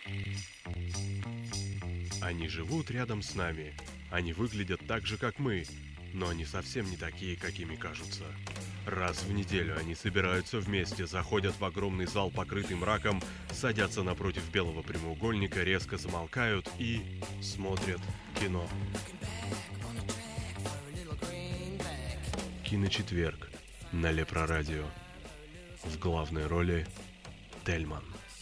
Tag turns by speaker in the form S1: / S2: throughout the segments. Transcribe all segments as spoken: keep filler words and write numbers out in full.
S1: Они живут рядом с нами. Они выглядят так же, как мы, но они совсем не такие, какими кажутся. Раз в неделю они собираются вместе, заходят в огромный зал, покрытый мраком, садятся напротив белого прямоугольника, резко замолкают и смотрят кино. Киночетверг на Лепрорадио. В главной роли Тельман.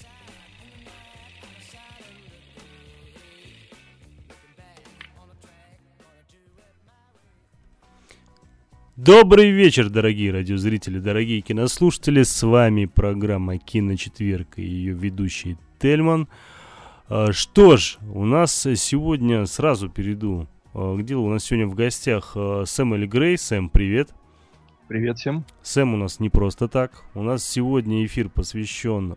S2: Добрый вечер, дорогие радиозрители, дорогие кинослушатели. С вами программа «Киночетверг» и ее ведущий Тельман. Что ж, у нас сегодня, сразу перейду к делу, у нас сегодня в гостях Сэм Эль Грей. Сэм, привет.
S3: Привет всем.
S2: Сэм у нас не просто так. У нас сегодня эфир посвящен,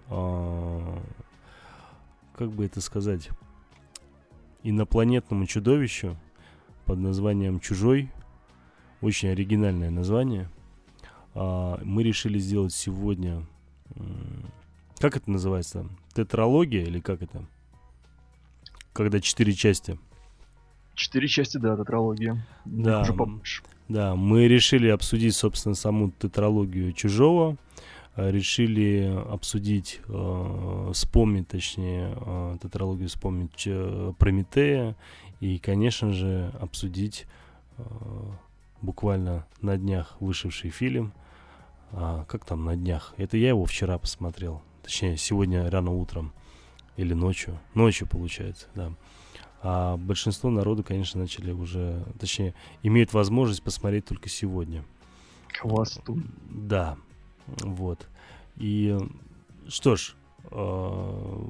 S2: как бы это сказать, инопланетному чудовищу под названием «Чужой». Очень оригинальное название. Мы решили сделать сегодня... Как это называется? Тетралогия или как это? Когда четыре части.
S3: Четыре части, да, тетралогия.
S2: Да, уже да, мы решили обсудить, собственно, саму тетралогию «Чужого». Решили обсудить, вспомнить, точнее, тетралогию, вспомнить Прометея. И, конечно же, обсудить... буквально на днях вышедший фильм. А, как там на днях? Это я его вчера посмотрел. Точнее, сегодня рано утром. Или ночью. Ночью, получается, да. А большинство народу, конечно, начали уже... Точнее, имеют возможность посмотреть только сегодня.
S3: Хвосту.
S2: Да. Вот. И что ж... Э,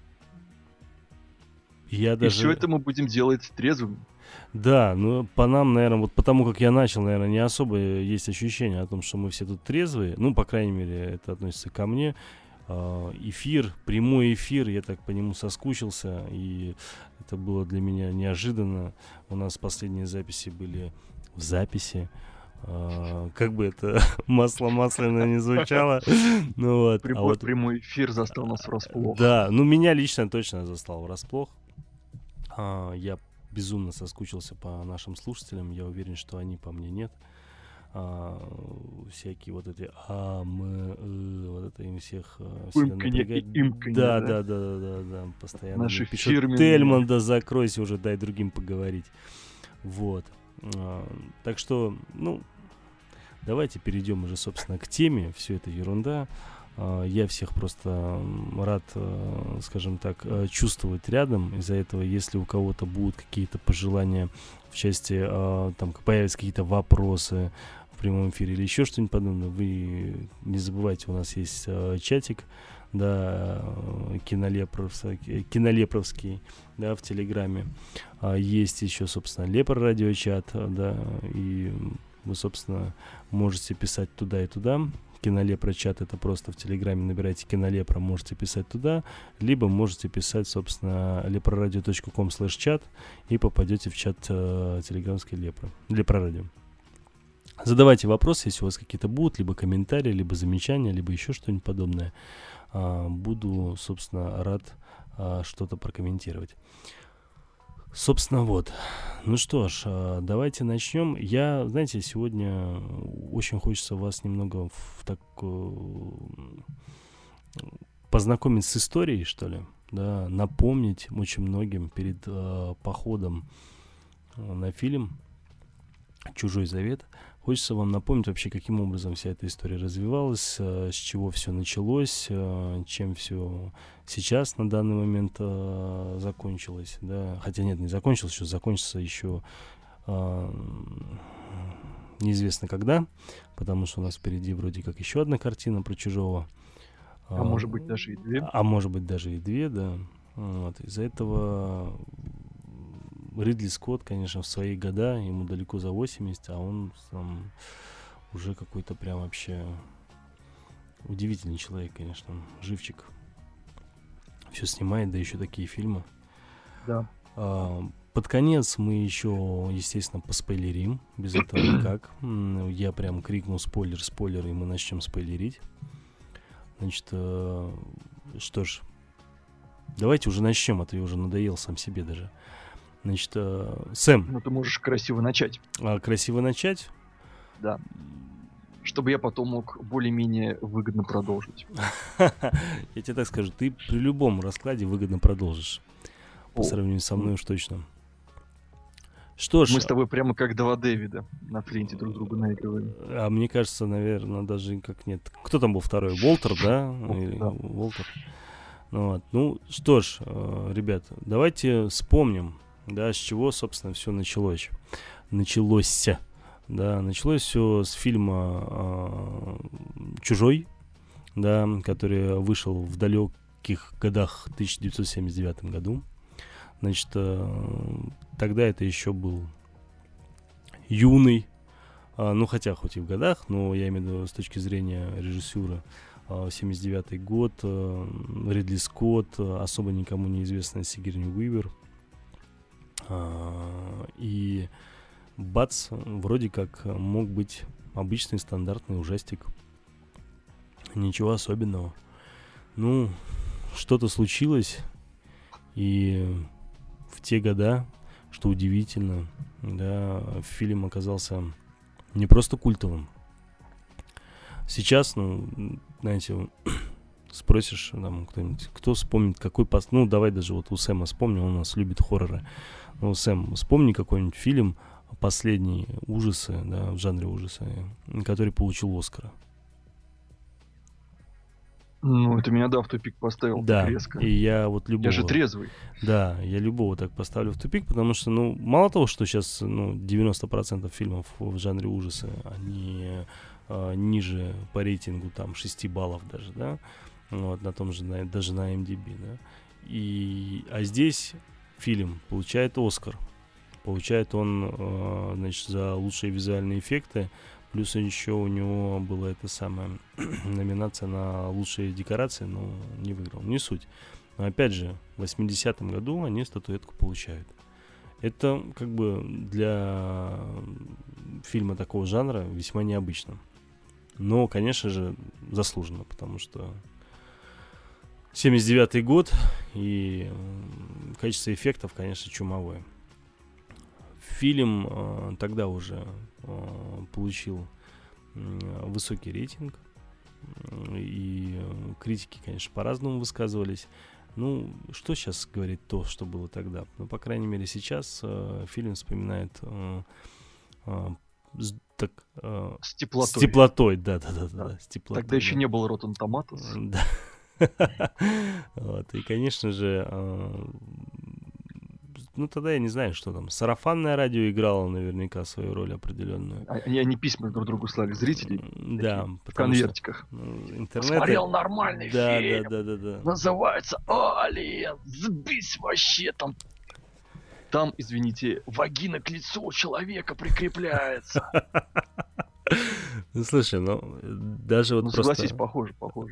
S2: я даже...
S3: И все это мы будем делать трезвым.
S2: Да, ну по нам, наверное, вот потому как я начал, наверное, не особо есть ощущение о том, что мы все тут трезвые. Ну, по крайней мере, это относится ко мне. Эфир, прямой эфир, я так по нему соскучился, и это было для меня неожиданно. У нас последние записи были в записи. Как бы это масло масляное не звучало. Ну, вот.
S3: Прямой,
S2: а вот
S3: прямой эфир застал нас врасплох.
S2: Да, ну меня лично точно застал врасплох. Я безумно соскучился по нашим слушателям. Я уверен, что они по мне нет. А, всякие вот эти а, мы, э, вот это им всех всегда напрягает.
S3: Имканье,
S2: да,
S3: да,
S2: да, да, да, да, да, постоянно
S3: наши
S2: пишут:
S3: фирменные.
S2: Тельман, да закройся уже, дай другим поговорить. Вот. А, так что, ну, давайте перейдем уже, собственно, к теме. Все это ерунда. Я всех просто рад, скажем так, чувствовать рядом. Из-за этого, если у кого-то будут какие-то пожелания в части, там, появятся какие-то вопросы в прямом эфире или еще что-нибудь подобное, вы не забывайте, у нас есть чатик, да, кинолепровский, кинолепровский, да, в Телеграме. Есть еще, собственно, Лепр радиочат, да, и вы, собственно, можете писать туда и туда. Кинолепра чат — это просто в Телеграме набирайте Кинолепра, можете писать туда, либо можете писать, собственно, лепрорадио точка ком слэш чат и попадете в чат э, телеграммской Лепры, Лепрорадио. Задавайте вопросы, если у вас какие-то будут, либо комментарии, либо замечания, либо еще что-нибудь подобное. А, буду, собственно, рад а, что-то прокомментировать. Собственно, вот. Ну что ж, давайте начнем. Я, знаете, сегодня очень хочется вас немного в так, познакомить с историей, что ли, да, напомнить очень многим перед э, походом на фильм «Чужой завет». Хочется вам напомнить вообще, каким образом вся эта история развивалась, с чего все началось, чем все сейчас на данный момент э, закончилось. Да? Хотя нет, не закончилось еще, закончится еще э, неизвестно когда, потому что у нас впереди вроде как еще одна картина про Чужого.
S3: А, а может быть даже и две.
S2: А может быть даже и две, да. Вот. Из-за этого Ридли Скотт, конечно, в свои года, ему далеко за восемьдесят, а он сам уже какой-то прям вообще удивительный человек, конечно, живчик. Все снимает, да еще такие фильмы.
S3: Да.
S2: А, под конец мы еще, естественно, поспойлерим, без этого никак. Я прям крикнул спойлер, спойлер, и мы начнем спойлерить. Значит, что ж, Давайте уже начнем, а то я уже надоел сам себе даже. Значит, э, Сэм.
S3: Ну, ты можешь красиво начать.
S2: А красиво начать?
S3: Да. Чтобы я потом мог более-менее выгодно продолжить.
S2: Я тебе так скажу, ты при любом раскладе выгодно продолжишь. По
S3: О.
S2: сравнению со мной уж точно. Что ж...
S3: Мы с тобой прямо как два Дэвида на фленте друг другу наигрываем.
S2: А мне кажется, наверное, даже как нет. Кто там был второй? Уолтер, да? Или
S3: Да.
S2: Уолтер. Ну, вот. Ну, что ж, э, ребят, давайте вспомним, да, с чего, собственно, все началось. Началось. Да, началось все с фильма э, «Чужой», да, который вышел в далеких годах тысяча девятьсот семьдесят девятом году. Значит, э, тогда это еще был юный, э, ну, хотя хоть и в годах, но я имею в виду с точки зрения режиссера, э, семьдесят девятый год, э, Ридли Скотт, э, особо никому неизвестная Сигурни Уивер. Э, и бац, вроде как мог быть обычный стандартный ужастик. Ничего особенного. Ну, что-то случилось, и в те года, что удивительно, да, фильм оказался не просто культовым. Сейчас, ну, знаете, спросишь там кто-нибудь, кто вспомнит, какой пост... Ну, давай даже вот у Сэма вспомним, он у нас любит хорроры. Ну, Сэм, вспомни какой-нибудь фильм, последние ужасы, да, в жанре ужасы, который получил Оскара.
S3: Ну, это меня, да, в тупик поставил.
S2: Да,
S3: так резко.
S2: и я вот любого...
S3: Я же трезвый.
S2: Да, я любого так поставлю в тупик, потому что, ну, мало того, что сейчас, ну, девяносто процентов фильмов в жанре ужасы, они э, ниже по рейтингу, там, шесть баллов даже, да, вот, на том же, на, даже на эм ди би, да, и, а здесь фильм получает Оскар. Получает он, э, значит, за лучшие визуальные эффекты. Плюс еще у него была эта самая номинация на лучшие декорации, но не выиграл. Не суть. Но опять же, в восьмидесятом году они статуэтку получают. Это как бы для фильма такого жанра весьма необычно. Но, конечно же, заслуженно, потому что семьдесят девятый год и качество эффектов, конечно, чумовое. Фильм э, тогда уже э, получил э, высокий рейтинг, и э, критики, конечно, по-разному высказывались. Ну, что сейчас говорит то, что было тогда? Ну, по крайней мере, сейчас э, фильм вспоминает э, э, с, так, э,
S3: С теплотой.
S2: С теплотой, да-да-да. да, с теплотой,
S3: Тогда еще
S2: да.
S3: не было Rotten Tomatoes.
S2: Да. Вот, и, конечно же, э, ну, тогда я не знаю, что там. Сарафанное радио играло наверняка свою роль определенную.
S3: Они, они письма друг другу слали, зрителей.
S2: Да,
S3: в конвертиках.
S2: Что, ну, интернет...
S3: Посмотрел нормальный
S2: да,
S3: фильм.
S2: Да, да, да, да.
S3: Называется «Алien». Сбись вообще там. Там, извините, вагина к лицу человека прикрепляется.
S2: Ну, слушай, ну, даже вот
S3: ну,
S2: просто...
S3: согласись, похоже, похоже.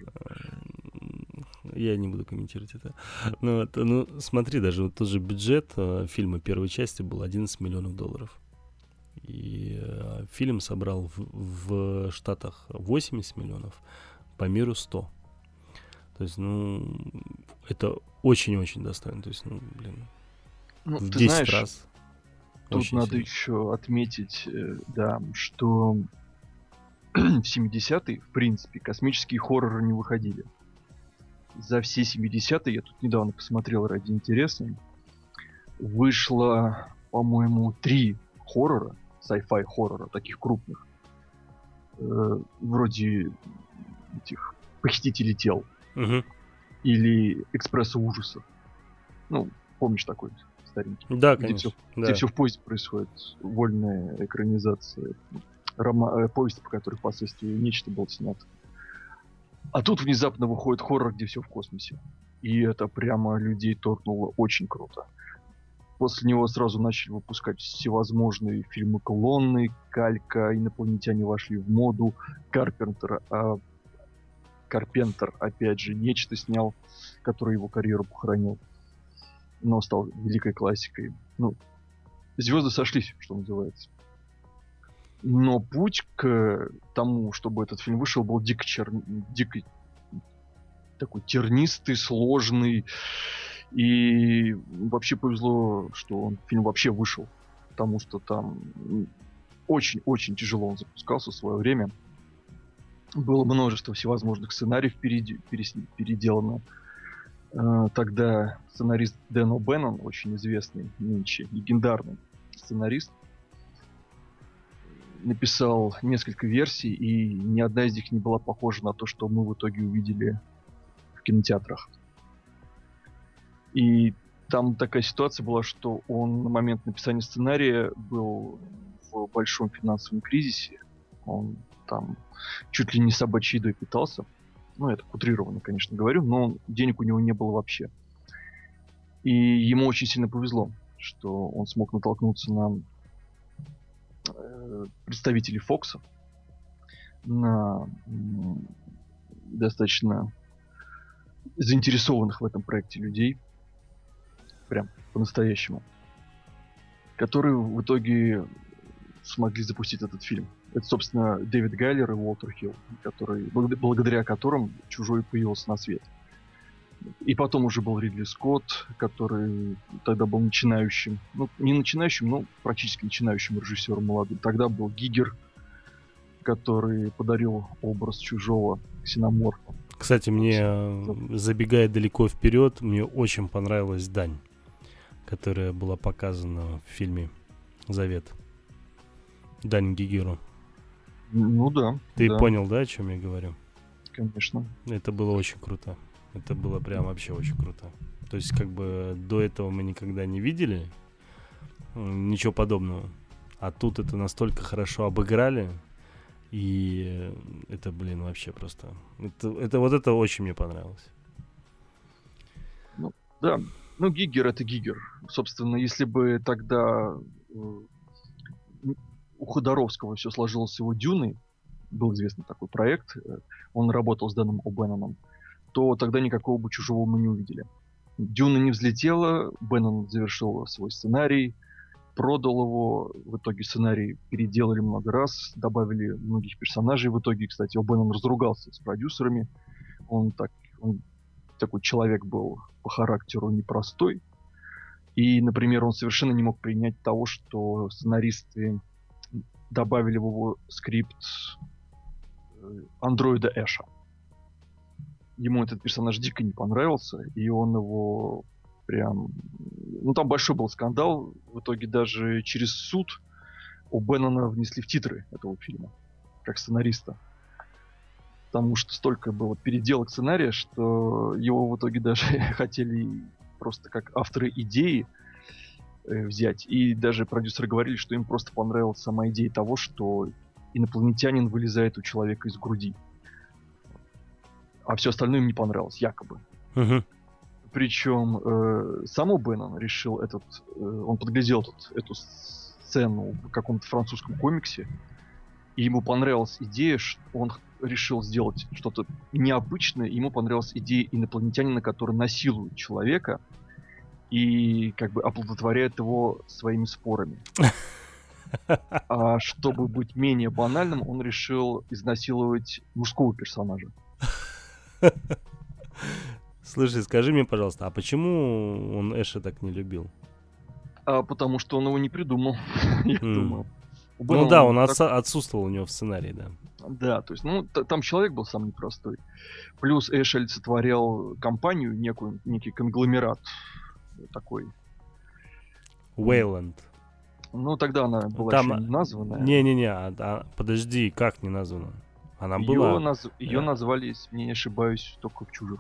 S2: Я не буду комментировать это. Ну, вот, ну смотри, даже вот тот же бюджет э, фильма первой части был одиннадцать миллионов долларов. И э, фильм собрал в, в Штатах восемьдесят миллионов, по миру сто. То есть, ну, это очень-очень достойно. То есть, ну, блин,
S3: ну,
S2: в
S3: ты
S2: десять
S3: знаешь,
S2: раз.
S3: Тут
S2: Очень
S3: надо
S2: сильно.
S3: еще отметить, э, да, что в семидесятые, в принципе, космические хорроры не выходили. За все семидесятые, я тут недавно посмотрел ради интереса, вышло, по-моему, три хоррора, sci-fi хоррора, таких крупных, э, вроде этих «Похитителей тел»
S2: Мгм.
S3: или «Экспресса ужасов». Ну, помнишь такой старенький?
S2: Да,
S3: Где
S2: конечно.
S3: всё-
S2: да.
S3: Где все в поезде происходит, вольная экранизация рома- э, повести, по которой впоследствии нечто было снято. А тут внезапно выходит хоррор, где все в космосе. И это прямо людей торкнуло очень круто. После него сразу начали выпускать всевозможные фильмы-клоны, калька, инопланетяне вошли в моду, Карпентер, а... Карпентер, опять же, нечто снял, который его карьеру похоронил, но стал великой классикой. Ну, звезды сошлись, что называется. Но путь к тому, чтобы этот фильм вышел, был дико чер... дико такой тернистый, сложный И вообще повезло, что он, фильм вообще вышел, потому что там очень-очень тяжело он запускался в свое время. Было множество всевозможных сценариев переди- перес- переделано. Э, Тогда сценарист Дэн О'Беннон, очень известный нынче, легендарный сценарист, написал несколько версий, и ни одна из них не была похожа на то, что мы в итоге увидели в кинотеатрах. И там такая ситуация была, что он на момент написания сценария был в большом финансовом кризисе. Он там чуть ли не собачьей едой питался. Ну, это утрированно, конечно, говорю, но денег у него не было вообще. И ему очень сильно повезло, что он смог натолкнуться на э, представителей Фокса, на м, достаточно заинтересованных в этом проекте людей, прям по-настоящему, которые в итоге смогли запустить этот фильм. Это, собственно, Дэвид Гайлер и Уолтер Хилл, который, благодаря которым «Чужой» появился на свет. И потом уже был Ридли Скотт, который тогда был начинающим, ну, не начинающим, но практически начинающим режиссером молодым. Тогда был Гигер, который подарил образ «Чужого» Ксеноморфа.
S2: Кстати, мне, забегая далеко вперед, мне очень понравилась «Дань», которая была показана в фильме «Завет». Дань Гигеру.
S3: Ну да.
S2: Ты
S3: да.
S2: понял, да, о чем я говорю?
S3: Конечно.
S2: Это было очень круто. Это было прям вообще очень круто. То есть, как бы до этого мы никогда не видели ничего подобного. А тут это настолько хорошо обыграли. И это, блин, вообще просто... Это, это, вот это очень мне понравилось.
S3: Ну, да. Ну, Гигер — это Гигер. Собственно, если бы тогда у Ходоровского все сложилось с его «Дюной», был известный такой проект, он работал с Дэном О'Бенноном, то тогда никакого бы «Чужого» мы не увидели. «Дюна» не взлетела, Беннон завершил свой сценарий, продал его, в итоге сценарий переделали много раз, добавили многих персонажей. В итоге, кстати, О'Беннон разругался с продюсерами. Он, так, он такой человек был по характеру непростой. И, например, он совершенно не мог принять того, что сценаристы добавили в его скрипт андроида Эша. Ему этот персонаж дико не понравился, и он его прям... Ну, там большой был скандал. В итоге даже через суд у Беннона внесли в титры этого фильма, как сценариста. Потому что столько было переделок сценария, что его в итоге даже хотели просто как авторы идеи э, взять. И даже продюсеры говорили, что им просто понравилась сама идея того, что инопланетянин вылезает у человека из груди. А все остальное им не понравилось, якобы.
S2: Угу.
S3: Причем э, сам О'Беннон решил этот... Э, он подглядел тут эту сцену в каком-то французском комиксе, и ему понравилась идея, что он решил сделать что-то необычное, ему понравилась идея инопланетянина, который насилует человека и как бы оплодотворяет его своими спорами. А чтобы быть менее банальным, он решил изнасиловать мужского персонажа.
S2: Слушай, скажи мне, пожалуйста, а почему он Эша так не любил?
S3: А потому что он его не придумал, я
S2: Mm.
S3: думаю.
S2: Ну да, он так... отса- отсутствовал у него в сценарии, да.
S3: Да, то есть, ну, т- там человек был сам непростой. Плюс Эш олицетворял компанию, некую, некий конгломерат такой.
S2: Wayland.
S3: Ну, тогда она была
S2: там...
S3: еще не названная.
S2: Не-не-не, а, а, подожди, как не названа? Она
S3: ее
S2: была...
S3: Наз... Ее
S2: да.
S3: назвали, если не ошибаюсь, только в «Чужих».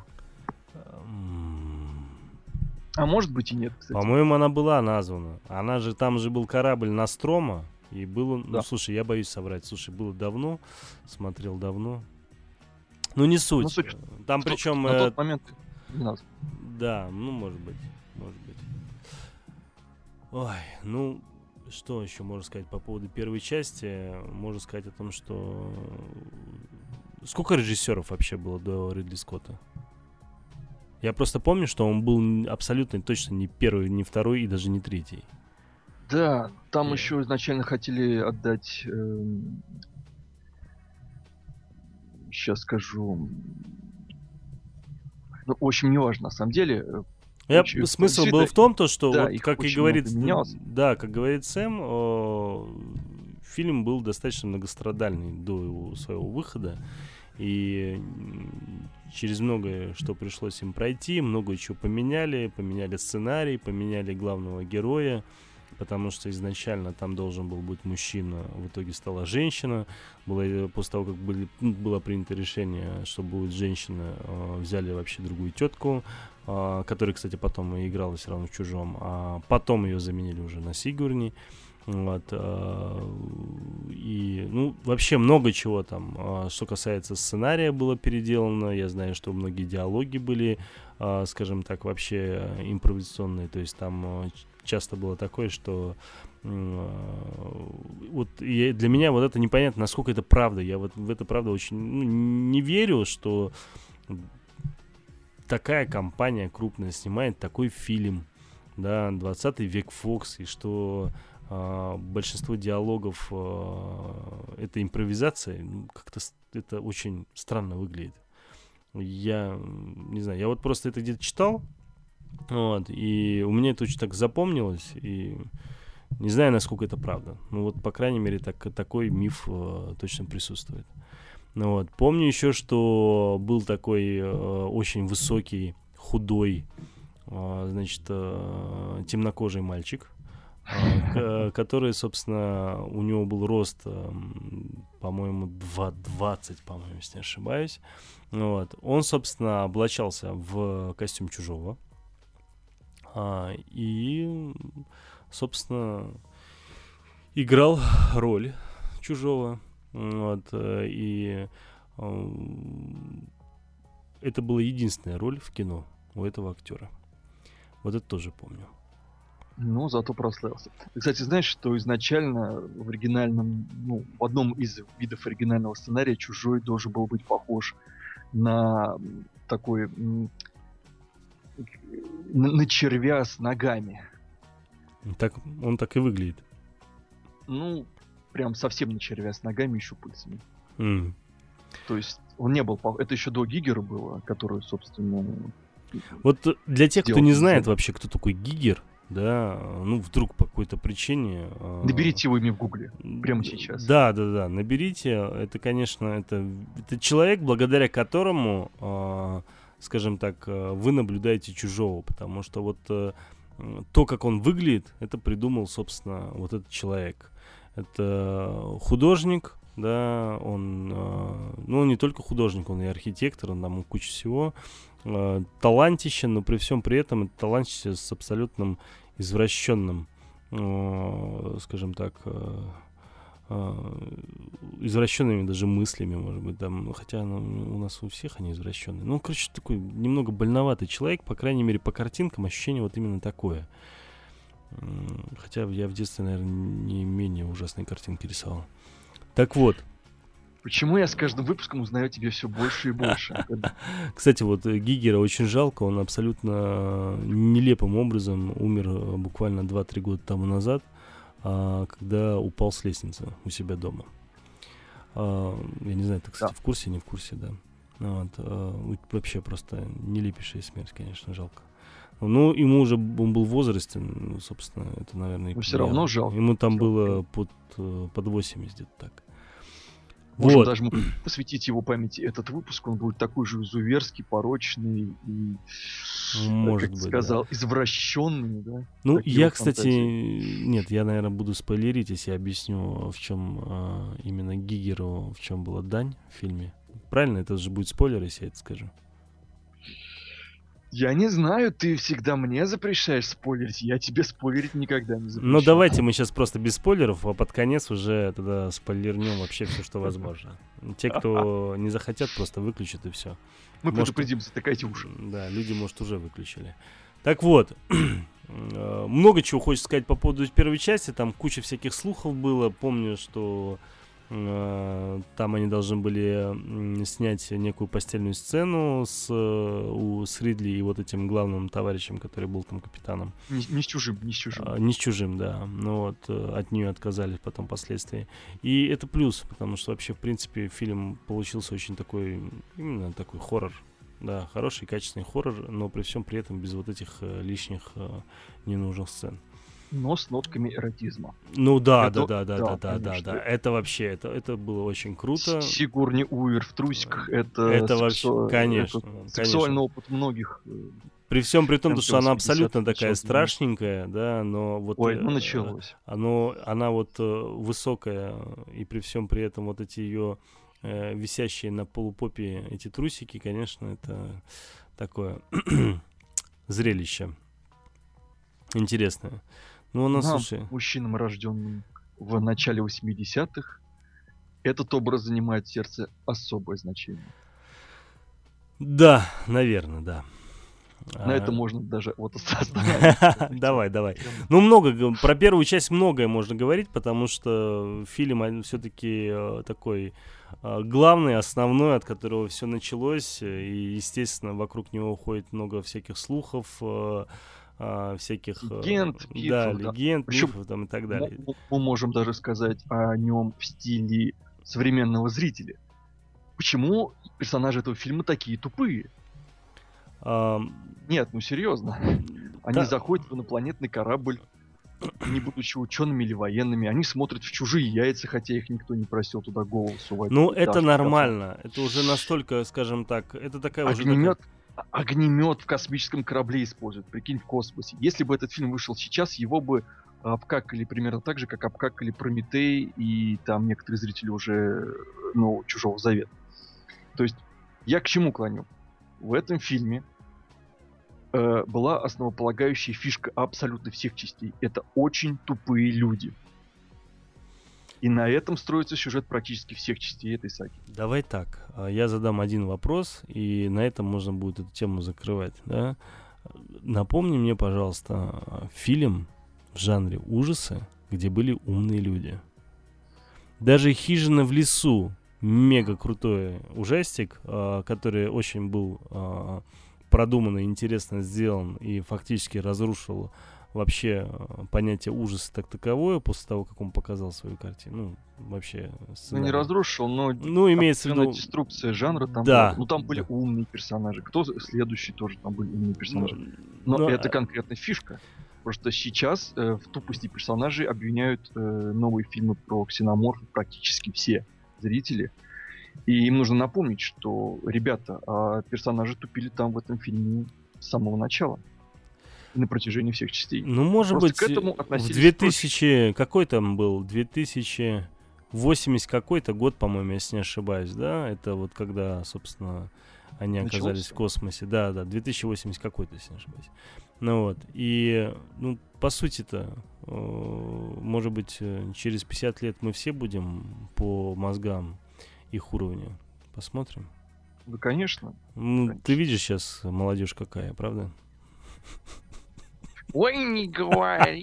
S3: А может быть и нет, кстати.
S2: По-моему, она была названа. Она же, там же был корабль Нострома. И было... Да. Ну, слушай, я боюсь соврать. Слушай, было давно. Смотрел давно. Ну, не суть. Ну, суть там что, причем...
S3: На тот момент не назван.
S2: Да, ну, может быть. Может быть. Ой, ну... Что еще можно сказать по поводу первой части? Можно сказать о том, что... Сколько режиссеров вообще было до Ридли Скотта? Я просто помню, что он был абсолютно точно не первый, не второй и даже не третий.
S3: Да, там yeah. еще изначально хотели отдать... Э, сейчас скажу... Ну, в общем, неважно, на самом деле.
S2: Я,
S3: Очень-
S2: смысл был
S3: действительно,
S2: в том, то, что,
S3: да,
S2: вот,
S3: их
S2: как и
S3: очень
S2: говорит,
S3: много менялось.
S2: да, как говорит Сэм, э, фильм был достаточно многострадальный до его, своего выхода. И м, через многое, что пришлось им пройти, много чего поменяли, поменяли сценарий, поменяли главного героя, потому что изначально там должен был быть мужчина, в итоге стала женщина. Было, э, после того, как были, ну, было принято решение, что будет женщина, э, взяли вообще другую тетку, э, которая, кстати, потом и играла все равно в «Чужом», а потом ее заменили уже на Сигурни. Вот, э, и, ну, вообще много чего там, э, что касается сценария, было переделано. Я знаю, что многие диалоги были, э, скажем так, вообще импровизационные. То есть там э, ч- часто было такое, что э, вот я- для меня вот это непонятно, насколько это правда. Я вот в это правда очень, ну, не верю, что такая компания крупная снимает такой фильм, да, двадцатый век Фокс, и что а, большинство диалогов а, это импровизация. Ну, как-то с- это очень странно выглядит. Я м, не знаю, я вот просто это где-то читал, вот, и у меня это очень так запомнилось, и не знаю, насколько это правда. Ну вот, по крайней мере, так, такой миф э, точно присутствует. Ну вот, помню еще, что был такой э, очень высокий, худой, э, значит, э, темнокожий мальчик, э, к- который, собственно, у него был рост, э, по-моему, два двадцать, по-моему, если не ошибаюсь. Вот. Он, собственно, облачался в костюм Чужого. А, и, собственно, играл роль Чужого. Вот, э, и э, это была единственная роль в кино у этого актера. Вот это тоже помню.
S3: Ну, зато прославился. Ты, кстати, знаешь, что изначально в оригинальном, ну, в одном из видов оригинального сценария Чужой должен был быть похож на м, такой м, на, на червя с ногами.
S2: Так, он так и выглядит.
S3: Ну, прям совсем на червя с ногами и щупальцами.
S2: М.
S3: То есть он не был пох... Это еще до Гигера было, который, собственно...
S2: Вот э, для тех, кто
S3: Сделал
S2: не знает
S3: дизайн.
S2: вообще, кто такой Гигер, да, э, ну, вдруг по какой-то причине... э,
S3: Наберите его имя в Гугле прямо сейчас.
S2: Да, да, да, наберите. Это, конечно, это, это человек, благодаря которому, э, скажем так, э, вы наблюдаете Чужого, потому что вот э, м, то, как он выглядит, это придумал, собственно, вот этот человек. Это художник, да, он, э, ну, он не только художник, он и архитектор, он там куча всего. Э, талантище, но при всем при этом это талантище с абсолютным извращенным, э, скажем так, э, э, извращенными даже мыслями, может быть, там, ну, хотя ну, у нас у всех они извращенные. Ну, короче, такой немного больноватый человек, по крайней мере, по картинкам ощущение вот именно такое. М, Хотя я в детстве, наверное, не менее ужасные картинки рисовал. Так вот,
S3: Почему я с каждым выпуском узнаю тебе все больше и больше?
S2: кстати, вот э, Гигера очень жалко, он абсолютно нелепым образом умер э, буквально два-три года тому назад, а, когда упал с лестницы у себя дома. А, я не знаю, ты, кстати,
S3: Да.
S2: в курсе, не в курсе, да. Ну вот, а, у- вообще просто нелепейшая смерть, конечно, жалко. Ну, ему уже б- он был в возрасте, ну, собственно, это, наверное, и
S3: Но всё
S2: повлияло.
S3: равно жалко.
S2: Ему там
S3: Всё
S2: было
S3: равно.
S2: под, э, под восемьдесят где-то так.
S3: Можем
S2: Вот.
S3: даже мы посвятить его памяти этот выпуск. Он будет такой же изуверский, порочный и, э,
S2: Может
S3: как ты
S2: быть,
S3: сказал,
S2: да.
S3: извращенный, да?
S2: Ну,
S3: Такие
S2: я,
S3: вот
S2: кстати,
S3: фантазии.
S2: нет, я, наверное, буду спойлерить, если я объясню, в чем а, именно Гигеру, в чем была дань в фильме. Правильно? Это же будет спойлер, если я это скажу.
S3: Я не знаю, ты всегда мне запрещаешь спойлерить, я тебе спойлерить никогда не запрещаю.
S2: Ну, давайте мы сейчас просто без спойлеров, а под конец уже тогда спойлернем вообще все, что возможно. Те, кто не захотят, просто выключат и все.
S3: Мы
S2: может,
S3: предупредим, затыкайте уши.
S2: Да, люди, может, уже выключили. Так вот, э, много чего хочется сказать по поводу первой части. Там куча всяких слухов было. Помню, что э, там они должны были м, снять некую постельную сцену с, э, у, с Ридли и вот этим главным товарищем, который был там капитаном.
S3: Не, не с чужим, не с чужим.
S2: А, не с чужим, да. Ну вот, э, от нее отказались потом впоследствии. И это плюс, потому что вообще, в принципе, фильм получился очень такой, именно такой хоррор. Да, хороший, качественный хоррор, но при всем при этом без вот этих э, лишних э, ненужных сцен.
S3: Но с нотками эротизма.
S2: Ну да,
S3: Это-
S2: да, да, да,
S3: да,
S2: да, да, да,
S3: конечно.
S2: да. Это вообще, это, это было очень круто.
S3: Сигурни Уивер в трусиках — это,
S2: Это
S3: сексу-
S2: вообще, конечно,
S3: это
S2: конечно.
S3: сексуальный опыт многих. э,
S2: При всем при том,
S3: Там
S2: что она абсолютно
S3: восьмидесятых,
S2: такая
S3: начало девяностых.
S2: страшненькая, да, но вот
S3: Ой,
S2: э,
S3: ну началось.
S2: оно, она вот э, высокая, и при всем при этом вот эти ее э, висящие на полупопе эти трусики, конечно, это такое зрелище интересное. Ну, она,
S3: Нам,
S2: слушай,
S3: мужчинам, рожденным в начале восьмидесятых, этот образ занимает в сердце особое значение.
S2: да, наверное, да.
S3: На
S2: А,
S3: это можно даже вот остановиться.
S2: Давай, давай. Ну, много, г- про первую часть многое можно говорить, потому что фильм все-таки такой э, главный, основной, от которого все началось, э, и, естественно, вокруг него ходит много всяких слухов, э, э, всяких... э,
S3: Легенд,
S2: да,
S3: мифов, да.
S2: легенд,
S3: Причем
S2: мифов там и так далее.
S3: Мы мы можем даже сказать о нем в стиле современного зрителя. Почему персонажи этого фильма такие тупые?
S2: Ам,
S3: Нет, ну серьезно. Они
S2: да.
S3: заходят в инопланетный корабль, не будучи учеными или военными. Они смотрят в чужие яйца, хотя их никто не просил туда голову сувать.
S2: Ну,
S3: Да,
S2: это
S3: что
S2: нормально. Это уже настолько, скажем так, это такая уже... такая-
S3: Огнемет, огнемет в космическом корабле используют, прикинь, в космосе. Если бы этот фильм вышел сейчас, его бы обкакали примерно так же, как обкакали Прометей и там некоторые зрители уже, ну, Чужого Завета. То есть я к чему клоню? В этом фильме э, была основополагающая фишка абсолютно всех частей. Это очень тупые люди. И на этом строится сюжет практически всех частей этой саги.
S2: Давай так, а, я задам один вопрос, и на этом можно будет эту тему закрывать, да? Напомни мне, пожалуйста, фильм в жанре ужасы, где были умные люди. Даже «Хижина в лесу» мега крутой ужастик, а, который очень был а, продуманно, интересно сделан и фактически разрушил вообще а, понятие ужаса так таковое после того, как он показал свою картину. Ну, вообще
S3: Ну, не
S2: сценарий.
S3: разрушил, но
S2: Ну, имеется в виду...
S3: определенная деструкция жанра там
S2: Да.
S3: была. Ну, там были
S2: Да.
S3: умные персонажи. Кто следующий тоже там были умные персонажи.
S2: Ну,
S3: Но
S2: ну,
S3: это
S2: а-
S3: конкретная фишка. Просто сейчас э, в тупости персонажей обвиняют э, новые фильмы про ксеноморфов практически все зрители. И им нужно напомнить, что, ребята, а персонажи тупили там в этом фильме с самого начала. И на протяжении всех частей.
S2: Ну, может
S3: Просто
S2: быть,
S3: к этому
S2: в
S3: относились
S2: две тысячи... Какой там был? две тысячи восемьдесят какой-то год, по-моему, если не ошибаюсь, да? Это вот когда, собственно, они
S3: Началось
S2: оказались
S3: всё.
S2: в космосе. Да, да, две тысячи восемьдесят какой-то, если не ошибаюсь. Ну вот. И, ну, по сути-то, э, может быть, э, через пятьдесят лет мы все будем по мозгам их уровня. Посмотрим.
S3: Да, конечно.
S2: Ну,
S3: Конечно.
S2: ты видишь сейчас молодежь какая, правда?
S4: Ой, не говори.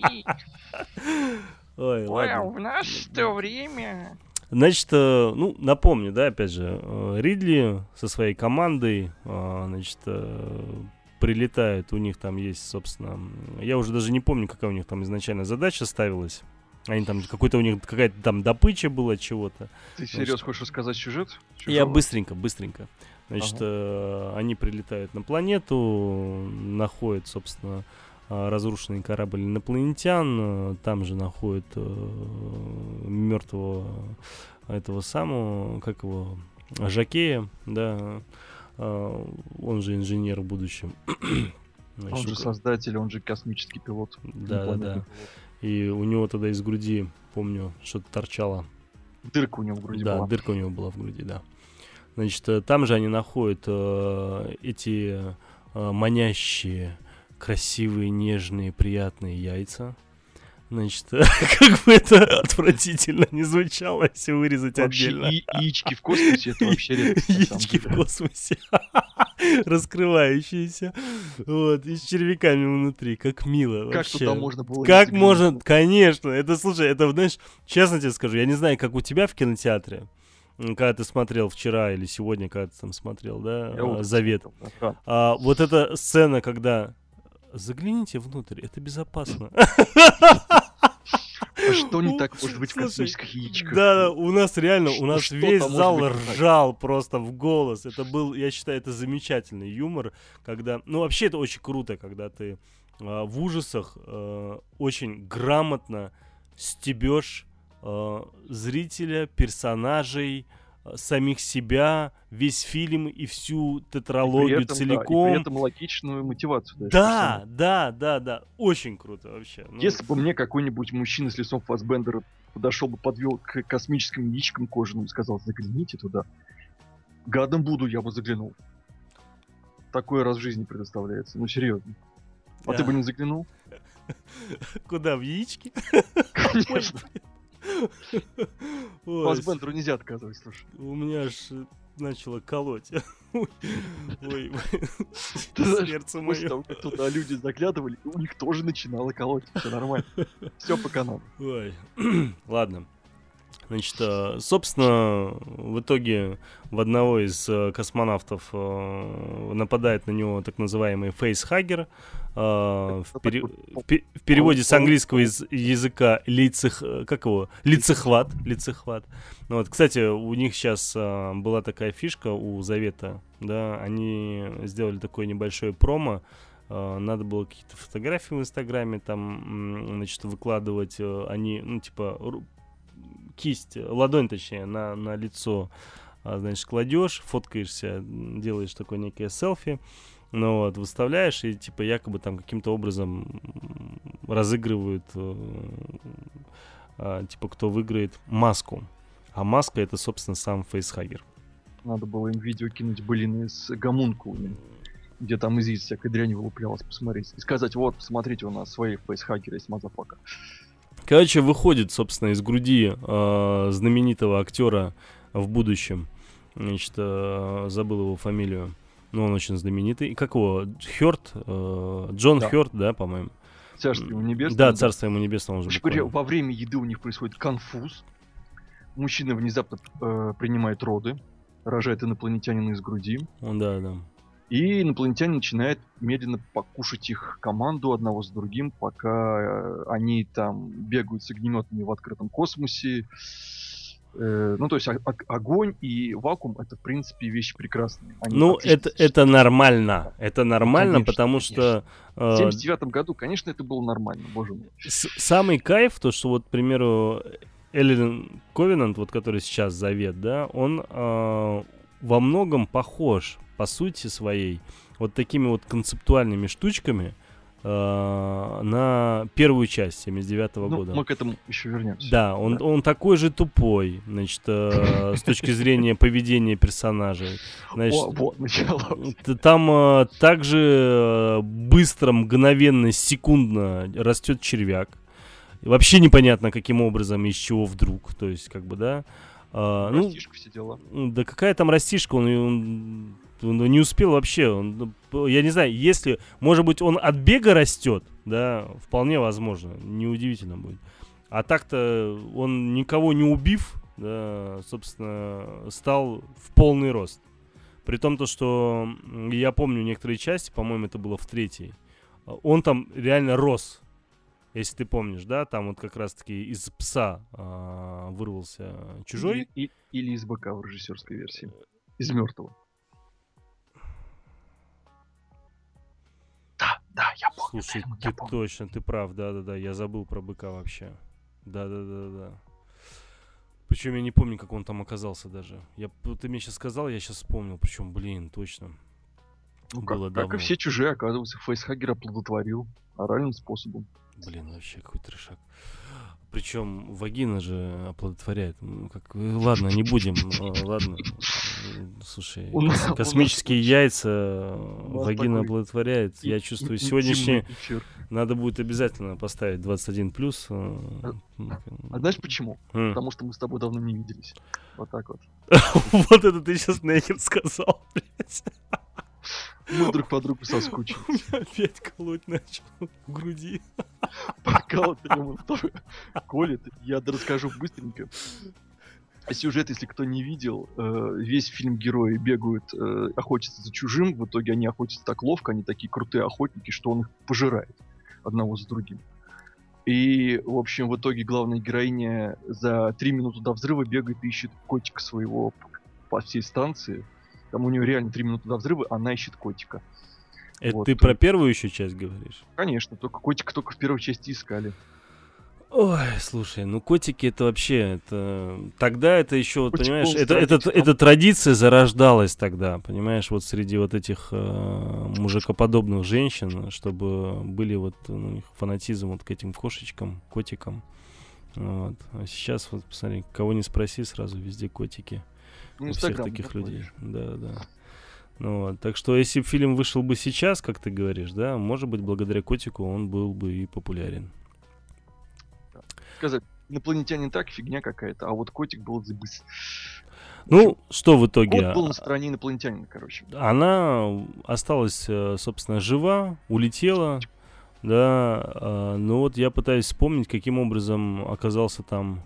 S2: Ой,
S4: Ой,
S2: ладно.
S4: в наше-то время.
S2: Значит, э, ну, напомню, да, опять же, э, Ридли со своей командой, э, значит, э, прилетают, у них там есть, собственно, м, я уже даже не помню, какая у них там изначально задача ставилась. Они там, какой-то у них, какая-то там добыча была чего-то.
S3: Ты серьезно хочешь рассказать сюжет?
S2: Я
S3: Чужого?
S2: быстренько, быстренько. Значит,
S3: Ага.
S2: э, они прилетают на планету, находят, собственно, э, разрушенный корабль инопланетян, э, там же находят э, мертвого этого самого, как его, Жакея, да, э, он же инженер в будущем.
S3: Он
S2: Значит,
S3: же
S2: у-
S3: создатель, он же космический пилот.
S2: Да, да,
S3: инопланетный
S2: да.
S3: пилот.
S2: И у него тогда из груди, помню, что-то торчало.
S3: Дырка у него в груди
S2: Да,
S3: была.
S2: дырка у него была в груди, да. Значит, э, там же они находят э, эти э, манящие, красивые, нежные, приятные яйца. Значит, как бы это отвратительно не звучало, если вырезать
S3: Вообще,
S2: отдельно.
S3: и- яички в космосе — это вообще редкость, на самом
S2: Яички в
S3: деле.
S2: космосе. Раскрывающиеся. Вот, и с червяками внутри. Как мило
S3: Как
S2: вообще.
S3: туда можно было
S2: Как
S3: заглянуть?
S2: можно, конечно. Это, слушай, это, знаешь, честно тебе скажу, я не знаю, как у тебя в кинотеатре, м, когда ты смотрел вчера или сегодня, когда ты там смотрел, да,
S3: Я
S2: а,
S3: утром
S2: «Завет».
S3: смотрел, да.
S2: А, вот эта сцена, когда загляните внутрь, это безопасно.
S3: А что не
S2: Ну,
S3: так может быть в
S2: слушай,
S3: космических яичках?
S2: Да, у нас реально, у
S3: Что-
S2: нас
S3: что
S2: весь
S3: там может
S2: зал
S3: быть не так?
S2: ржал просто в голос. Это был, я считаю, это замечательный юмор, когда, ну вообще это очень круто, когда ты а, в ужасах а, очень грамотно стебешь а, зрителя, персонажей, а, самих себя, весь фильм и всю
S3: И при
S2: тетралогию
S3: этом, да, и
S2: целиком.
S3: при этом логичную мотивацию даешь
S2: Да,
S3: персонажу.
S2: да, да, да, очень круто вообще. Ну,
S3: Если бы мне какой-нибудь мужчина с лицом Фассбендера подошел бы, подвел к космическим яичкам кожаным и сказал, загляните туда. Гадом буду, я бы заглянул. Такое раз в жизни предоставляется. Ну, серьезно. А ты
S2: да.
S3: бы не заглянул?
S2: Куда, в яички?
S3: Конечно.
S2: Ой,
S3: Фассбендеру нельзя отказывать, слушай.
S2: у меня аж э, начало колоть. Ой, ой,
S3: Ты знаешь,
S2: сердце
S3: после
S2: мое.
S3: того, как туда люди заглядывали, у них тоже начинало колоть. Все нормально. Все по каналу.
S2: Ой, ладно. Значит, э, собственно, в итоге в одного из э, космонавтов э, нападает на него так называемый фейсхаггер. э, в,
S3: Это
S2: пере-
S3: такой
S2: в пе- в переводе с
S3: пол-
S2: английского из- языка лицех... э, как его? Лицехват. Лицехват. Ну вот, кстати, у них сейчас э, была такая фишка у Завета, да, они сделали такое небольшое промо. Э, надо было какие-то фотографии в Инстаграме там, м, значит, выкладывать. э, Они, ну, типа, ру- кисть, ладонь, точнее, на, на лицо, а, значит, кладешь, фоткаешься, м, делаешь такое некое селфи, ну вот, выставляешь, и, типа, якобы там каким-то образом м, разыгрывают, э, а, типа, кто выиграет маску. А маска — это, собственно, сам фейсхагер.
S3: Надо было им видео кинуть, блин, с гомункулами, где там из яиц всякой дряни вылуплялось, посмотреть. И сказать, вот, посмотрите, у нас свои фейсхакеры есть, мазафака.
S2: Короче, выходит, собственно, из груди э, знаменитого актера в будущем. Значит, э, забыл его фамилию. Но он очень знаменитый. И как его? Хёрд? Э, Джон
S3: Да.
S2: Хёрд, да, по-моему?
S3: Царство ему небесное.
S2: Да, царство ему небесное, он же
S3: Короче говоря,
S2: буквально.
S3: во время еды у них происходит конфуз. Мужчина внезапно э, принимает роды, рожает инопланетянина из груди.
S2: Да, да.
S3: И инопланетянин начинает медленно покушать их команду одного с другим, пока э, они там бегают с огнеметами в открытом космосе. Э, ну, то есть о- о- огонь и вакуум — это, в принципе, вещи прекрасные. Они
S2: Ну, это,
S3: отлично
S2: это нормально. Это нормально,
S3: конечно,
S2: потому
S3: конечно.
S2: что...
S3: В
S2: э,
S3: семьдесят девятом году, конечно, это было нормально, боже мой.
S2: С- самый кайф, то, что вот, к примеру, Эллен Ковенант, вот который сейчас Завет, да, он э, во многом похож, по сути своей, вот такими вот концептуальными штучками э, на первую часть семьдесят девятого
S3: Ну,
S2: года.
S3: мы к этому еще вернемся.
S2: Да, он,
S3: Да.
S2: он такой же тупой, значит, э, с точки зрения поведения персонажей. Значит,
S3: О, вот, началось.
S2: Т- Там э, также э, быстро, мгновенно, секундно растет червяк. И вообще непонятно, каким образом, из чего вдруг. То есть, как бы, да. А, ну,
S3: Растишка, все дела.
S2: м, да какая там растишка, он, он- он не успел вообще. Он, ну, я не знаю, если, может быть, он от бега растет, да, вполне возможно, неудивительно будет. А так-то он, никого не убив, да, собственно, стал в полный рост. При том, то, что м, я помню некоторые части, по-моему, это было в третьей, а, он там реально рос. Если ты помнишь, да, там вот как раз-таки из пса а, вырвался чужой.
S3: Или, и- или из быка в режиссерской версии. Из мертвого. Да, да, я помню.
S2: Слушай,
S3: Даймон, я
S2: ты
S3: помню.
S2: точно, ты прав, да-да-да, я забыл про быка вообще. Да-да-да-да. Причем я не помню, как он там оказался даже. Я, п- ты мне сейчас сказал, я сейчас вспомнил. Причем, блин, точно.
S3: Ну,
S2: было
S3: как, как и
S2: давно.
S3: все чужие, оказывается, фейсхагер оплодотворил оральным способом.
S2: Блин, вообще какой трешак. Причем вагина же оплодотворяет. Ну, как... э, Ладно, не будем. э, Ладно. Э, Слушай,
S3: У нас-
S2: кос-
S3: у нас
S2: космические
S3: очень-
S2: яйца э,
S3: у нас
S2: вагина
S3: такой
S2: оплодотворяет. Я
S3: И-
S2: чувствую,
S3: интимный
S2: сегодняшний
S3: эфир.
S2: надо будет обязательно поставить двадцать один плюс.
S3: А знаешь почему?
S2: М.
S3: Потому что мы с тобой давно не виделись. Вот так вот.
S2: Вот это ты сейчас нахер сказал, блядь.
S3: Мы друг по другу соскучились.
S2: Опять колоть начал в груди.
S3: Пока вот прям второй колет, я расскажу быстренько. Сюжет, если кто не видел, э, весь фильм герои бегают, э, охотятся за чужим, в итоге они охотятся так ловко, они такие крутые охотники, что он их пожирает одного за другим. И, в общем, в итоге главная героиня за три минуты до взрыва бегает и ищет котика своего по, по всей станции. Там у нее реально три минуты до взрыва, она ищет котика.
S2: Это
S3: Вот.
S2: ты про первую еще часть говоришь?
S3: Конечно, только котика только в первой части искали.
S2: Ой, слушай, ну котики это вообще, это тогда это еще, вот,
S3: Котик
S2: понимаешь,
S3: был
S2: это, это,
S3: традиционным.
S2: эта традиция зарождалась тогда, понимаешь, вот среди вот этих э, мужикоподобных женщин, чтобы были вот ну, у них фанатизм вот к этим кошечкам, котикам. Вот. А сейчас вот посмотри, кого не спроси, сразу везде котики.
S3: Ну,
S2: У всех
S3: Инстаграм
S2: таких
S3: заходишь.
S2: людей. Да, да. Ну, вот. Так что если бы фильм вышел бы сейчас, как ты говоришь, да, может быть, благодаря котику он был бы и популярен.
S3: Сказать, инопланетяне так, фигня какая-то, а вот котик был забыс.
S2: Ну, что в итоге?
S3: Кот был на стороне инопланетянина, короче.
S2: Она осталась, э, собственно, жива, улетела, да, э, ну вот я пытаюсь вспомнить, каким образом оказался там...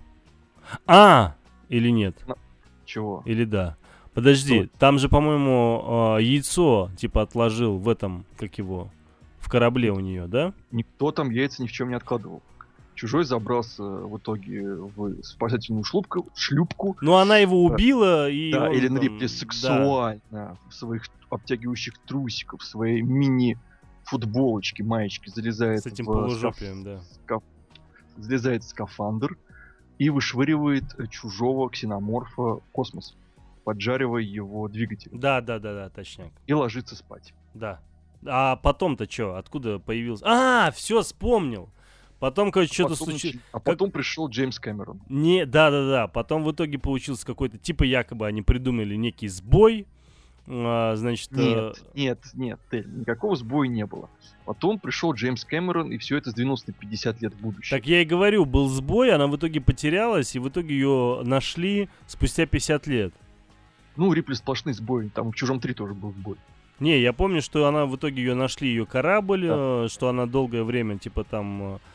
S2: А! Или нет?
S3: Чего?
S2: Или да? Подожди,
S3: Что?
S2: там же, по-моему, э, яйцо, типа, отложил в этом, как его, в корабле у нее, да?
S3: Никто там яйца ни в чем не откладывал. Чужой забрался в итоге в спасательную шлюпку, шлюпку.
S2: Ну, она его убила, и
S3: Да,
S2: он
S3: Эллен
S2: там-
S3: Рипли
S2: да.
S3: сексуально в своих обтягивающих трусиках, в своей мини-футболочке, маечке залезает
S2: С этим
S3: в
S2: полужопием, да.
S3: скаф- залезает в скафандр и вышвыривает э, чужого ксеноморфа в космос, поджаривая его двигатель.
S2: Да, да, да, да, точняк.
S3: И ложится спать.
S2: Да. А потом-то что? Откуда появился? А, все, вспомнил. Потом, короче, что-то
S3: Потом
S2: случилось.
S3: нач- А потом пришел Джеймс Кэмерон.
S2: Не, да-да-да. Потом в итоге получился какой-то, типа якобы они придумали некий сбой. А, значит, э,
S3: Нет, нет, нет, Тель, никакого сбоя не было. Потом пришел Джеймс Кэмерон, и все это сдвинулось на пятьдесят лет в будущее.
S2: так я и говорю, был сбой, она в итоге потерялась, и в итоге ее нашли спустя пятьдесят лет.
S3: Ну, Рипли сплошные сбои, там в «Чужом три» тоже был сбой.
S2: Не, я помню, что она в итоге ее нашли, ее корабль,
S3: Да.
S2: э, что она долгое время, типа, там э,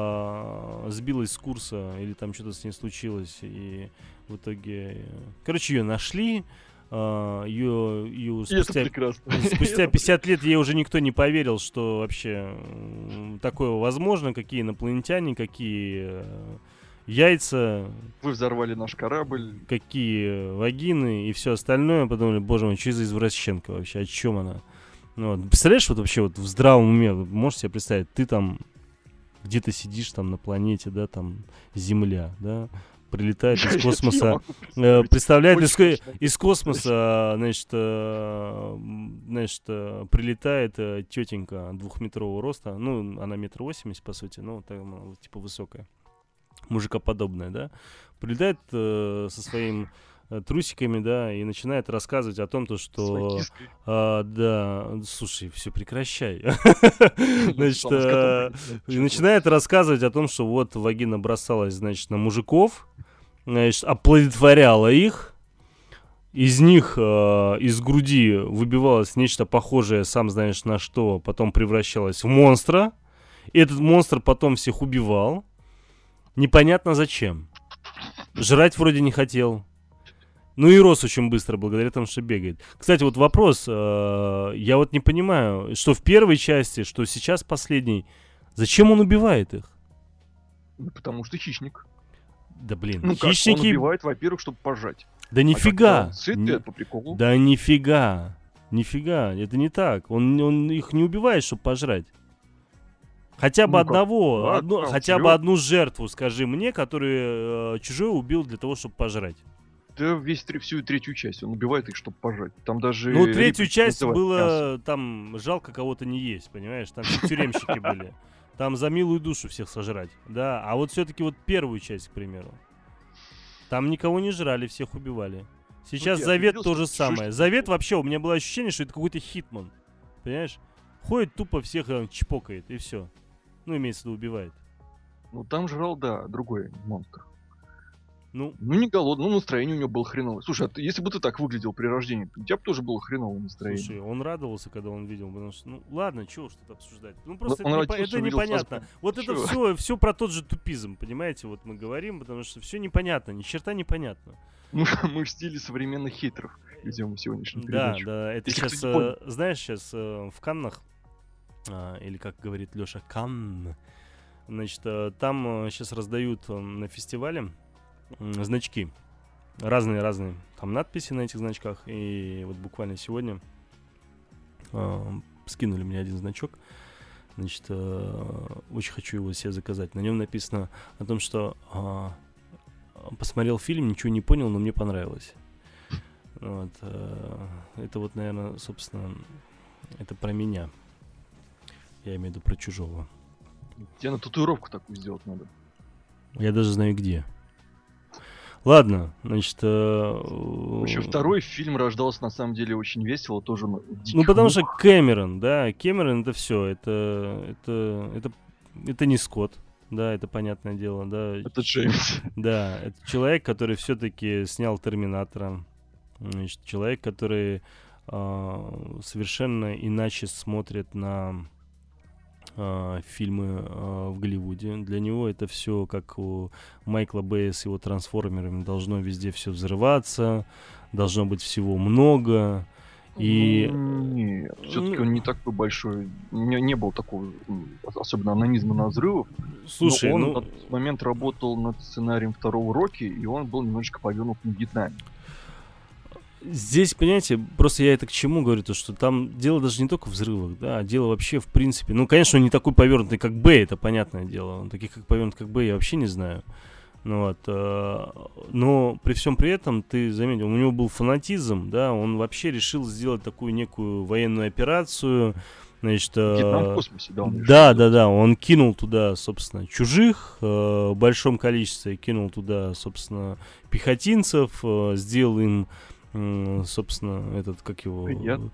S2: э, сбилась с курса, или там что-то с ней случилось, и в итоге... э, Короче, ее нашли, э, ее, ее
S3: И это
S2: спустя,
S3: прекрасно.
S2: спустя
S3: Это
S2: пятьдесят лет ей уже никто не поверил, что вообще м, такое возможно, какие инопланетяне, какие э, яйца,
S3: Вы взорвали наш корабль.
S2: какие вагины и все остальное. Подумали, боже мой, что за извращенка вообще, о чем она? Ну, вот, представляешь, вот вообще вот в здравом уме, вот можешь себе представить, ты там где-то сидишь там на планете, да, там Земля, да, прилетает из
S3: Я
S2: космоса,
S3: могу
S2: э,
S3: представить.
S2: представляет
S3: Очень
S2: из, ко-
S3: смешно.
S2: из космоса, значит, э, м, значит, э, прилетает э, тетенька двухметрового роста, ну, она метр восемьдесят, по сути, ну, там, она, типа, высокая, мужикоподобная, да, прилетает э, со своим э, трусиками, да, и начинает рассказывать о том, то, что...
S3: Своей киской.
S2: а, да, слушай, все, прекращай. Значит,
S3: Сам с котом
S2: э,
S3: прилетает.
S2: и
S3: Чё
S2: начинает рассказывать о том, что вот вагина бросалась, значит, на мужиков, значит, оплодотворяла их, из них, э, из груди выбивалось нечто похожее, сам знаешь на что, потом превращалось в монстра. И этот монстр потом всех убивал. Непонятно зачем. Жрать вроде не хотел. Ну и рос очень быстро, благодаря тому, что бегает. Кстати, вот вопрос. э, я вот не понимаю, что в первой части, что сейчас последней. Зачем он убивает их?
S3: Ну, потому что хищник.
S2: Да блин,
S3: Ну как, он
S2: хищники...
S3: убивает, во-первых, чтобы пожать.
S2: Да
S3: А
S2: нифига.
S3: когда он сыт,
S2: Ни-
S3: это по приколу.
S2: Да нифига. Нифига. Это не так. Он, он их не убивает, чтобы пожрать. Хотя бы
S3: Ну как?
S2: одного,
S3: Да,
S2: одну-
S3: да,
S2: хотя бы
S3: серьёзно.
S2: одну жертву, скажи мне, которую э, чужой убил для того, чтобы пожрать.
S3: Да весь три- всю третью часть он убивает их, чтобы пожать. Там даже...
S2: Ну, третью
S3: Рипли
S2: часть
S3: называют мясо.
S2: было, там жалко кого-то не есть, понимаешь? Там все тюремщики были. Там за милую душу всех сожрать. Да, а вот все-таки вот первую часть, к примеру. Там никого не жрали, всех убивали. Сейчас
S3: я
S2: Завет
S3: видел,
S2: то же
S3: что- что ж
S2: самое.
S3: ты
S2: Завет
S3: такое?
S2: вообще, у меня было ощущение, что это какой-то хитман. Понимаешь? Ходит тупо всех э, чпокает, и все. Ну, имеется в виду, убивает.
S3: Ну, там жрал, да, другой монстр.
S2: Ну,
S3: Ну, не голодный, ну, настроение у него было хреновое. Слушай, а ты- если бы ты так выглядел при рождении, у тебя бы тоже было хреновое настроение.
S2: слушай, он радовался, когда он видел, потому что, ну, ладно, чего что-то обсуждать. Ну, просто
S3: он
S2: это, непо-
S3: родился,
S2: это
S3: увидел
S2: непонятно.
S3: Саспен.
S2: Вот это
S3: Чё?
S2: все, все про тот же тупизм, понимаете, вот мы говорим, потому что все непонятно, ни черта непонятно.
S3: Мы, мы в стиле современных хитров ведем сегодняшнюю
S2: Да,
S3: передачу.
S2: да, это
S3: Если кто
S2: сейчас,
S3: не понял.
S2: знаешь, сейчас в Каннах, а, или как говорит Леша, Канн, Значит, э, там сейчас раздают э, на фестивале э, значки. Разные-разные там надписи на этих значках. И вот буквально сегодня э, скинули мне один значок. Значит, э, очень хочу его себе заказать. На нем написано о том, что э, посмотрел фильм, ничего не понял, но мне понравилось. Вот, э, это вот, наверное, собственно, это про меня. Я имею в виду про Чужого.
S3: Тебе на татуировку такую сделать надо.
S2: Я даже знаю где. Ладно, значит... Э,
S3: В общем, второй фильм рождался на самом деле очень весело, тоже на
S2: ну, потому что Кэмерон, да, Кэмерон это все, это, это, это, это не Скотт, да, это понятное дело, да.
S3: Это Джеймс.
S2: Да, это человек, который все-таки снял Терминатора, значит, человек, который э, совершенно иначе смотрит на э, фильмы э, в Голливуде. Для него это все, как у Майкла Бэя с его трансформерами, должно везде все взрываться, должно быть всего много. И...
S3: Нет, все-таки он не такой большой, не, не было такого, особенно анонизма на взрывов.
S2: Слушай,
S3: но он
S2: ну...
S3: на тот момент работал над сценарием второго Рокки, и он был немножечко повернут на Вьетнаме.
S2: Здесь, понимаете, просто я это к чему говорю, то что там дело даже не только в взрывах, да, а дело вообще в принципе. Ну, конечно, он не такой повернутый, как Бэй, это понятное дело. Он таких, как повернут, как Бэй, я вообще не знаю. Ну, вот, э, но при всем при этом, ты заметил, у него был фанатизм, да, он вообще решил сделать такую некую военную операцию. Значит, э,
S3: Вьетнам в космосе, да, он
S2: да, да, да, он кинул туда, собственно, чужих э, в большом количестве, кинул туда, собственно, пехотинцев, э, сделал им, собственно, этот, как его,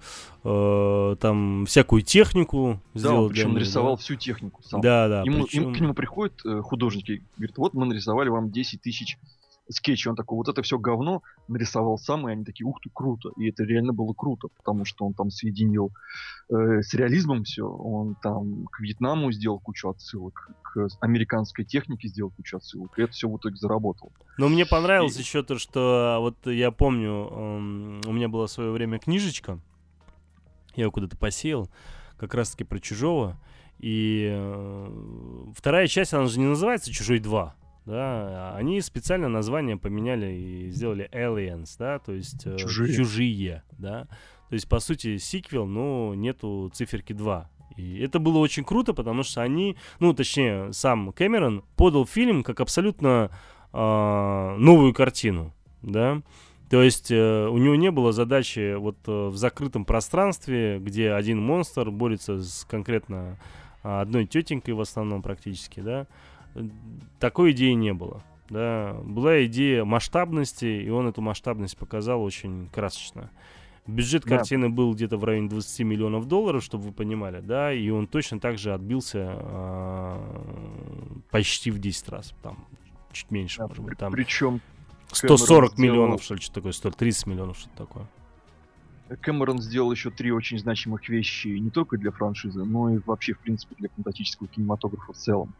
S2: э, там, всякую технику сделал.
S3: Да, причем
S2: них,
S3: нарисовал
S2: да?
S3: всю технику сам.
S2: Да, да.
S3: Ему,
S2: причем...
S3: им, к нему приходят э, художники и говорят, вот мы нарисовали вам десять тысяч скетчей. Он такой, вот это все говно нарисовал сам, и они такие, ух ты, круто. И это реально было круто, потому что он там соединил э, с реализмом все. Он там к Вьетнаму сделал кучу отсылок, к американской технике сделал кучу отсылок. И это все в итоге заработало.
S2: Но мне понравилось
S3: и...
S2: еще то, что вот я помню, эм, у меня была в свое время книжечка, я ее куда-то посеял, как раз-таки про Чужого. И э, вторая часть, она же не называется «Чужой два». Да, они специально название поменяли и сделали Aliens, да, то есть э,
S3: чужие.
S2: чужие, да. То есть, по сути, сиквел, но нету циферки два. И это было очень круто, потому что они, ну, точнее, сам Кэмерон подал фильм как абсолютно э, новую картину, да. То есть э, у него не было задачи вот э, в закрытом пространстве, где один монстр борется с конкретно одной тетенькой в основном практически, да. Такой идеи не было, да. Была идея масштабности, и он эту масштабность показал очень красочно. Бюджет
S3: Да.
S2: картины был где-то в районе двадцать миллионов долларов, чтобы вы понимали, да, и он точно так же отбился а, почти в десять раз, там, чуть меньше,
S3: Да,
S2: может быть, там
S3: Причем
S2: сто сорок
S3: сделал...
S2: миллионов, что ли, что такое, сто тридцать миллионов, что-то такое.
S3: Кэмерон сделал еще три очень значимых вещи не только для франшизы, но и вообще, в принципе, для фантастического кинематографа в целом.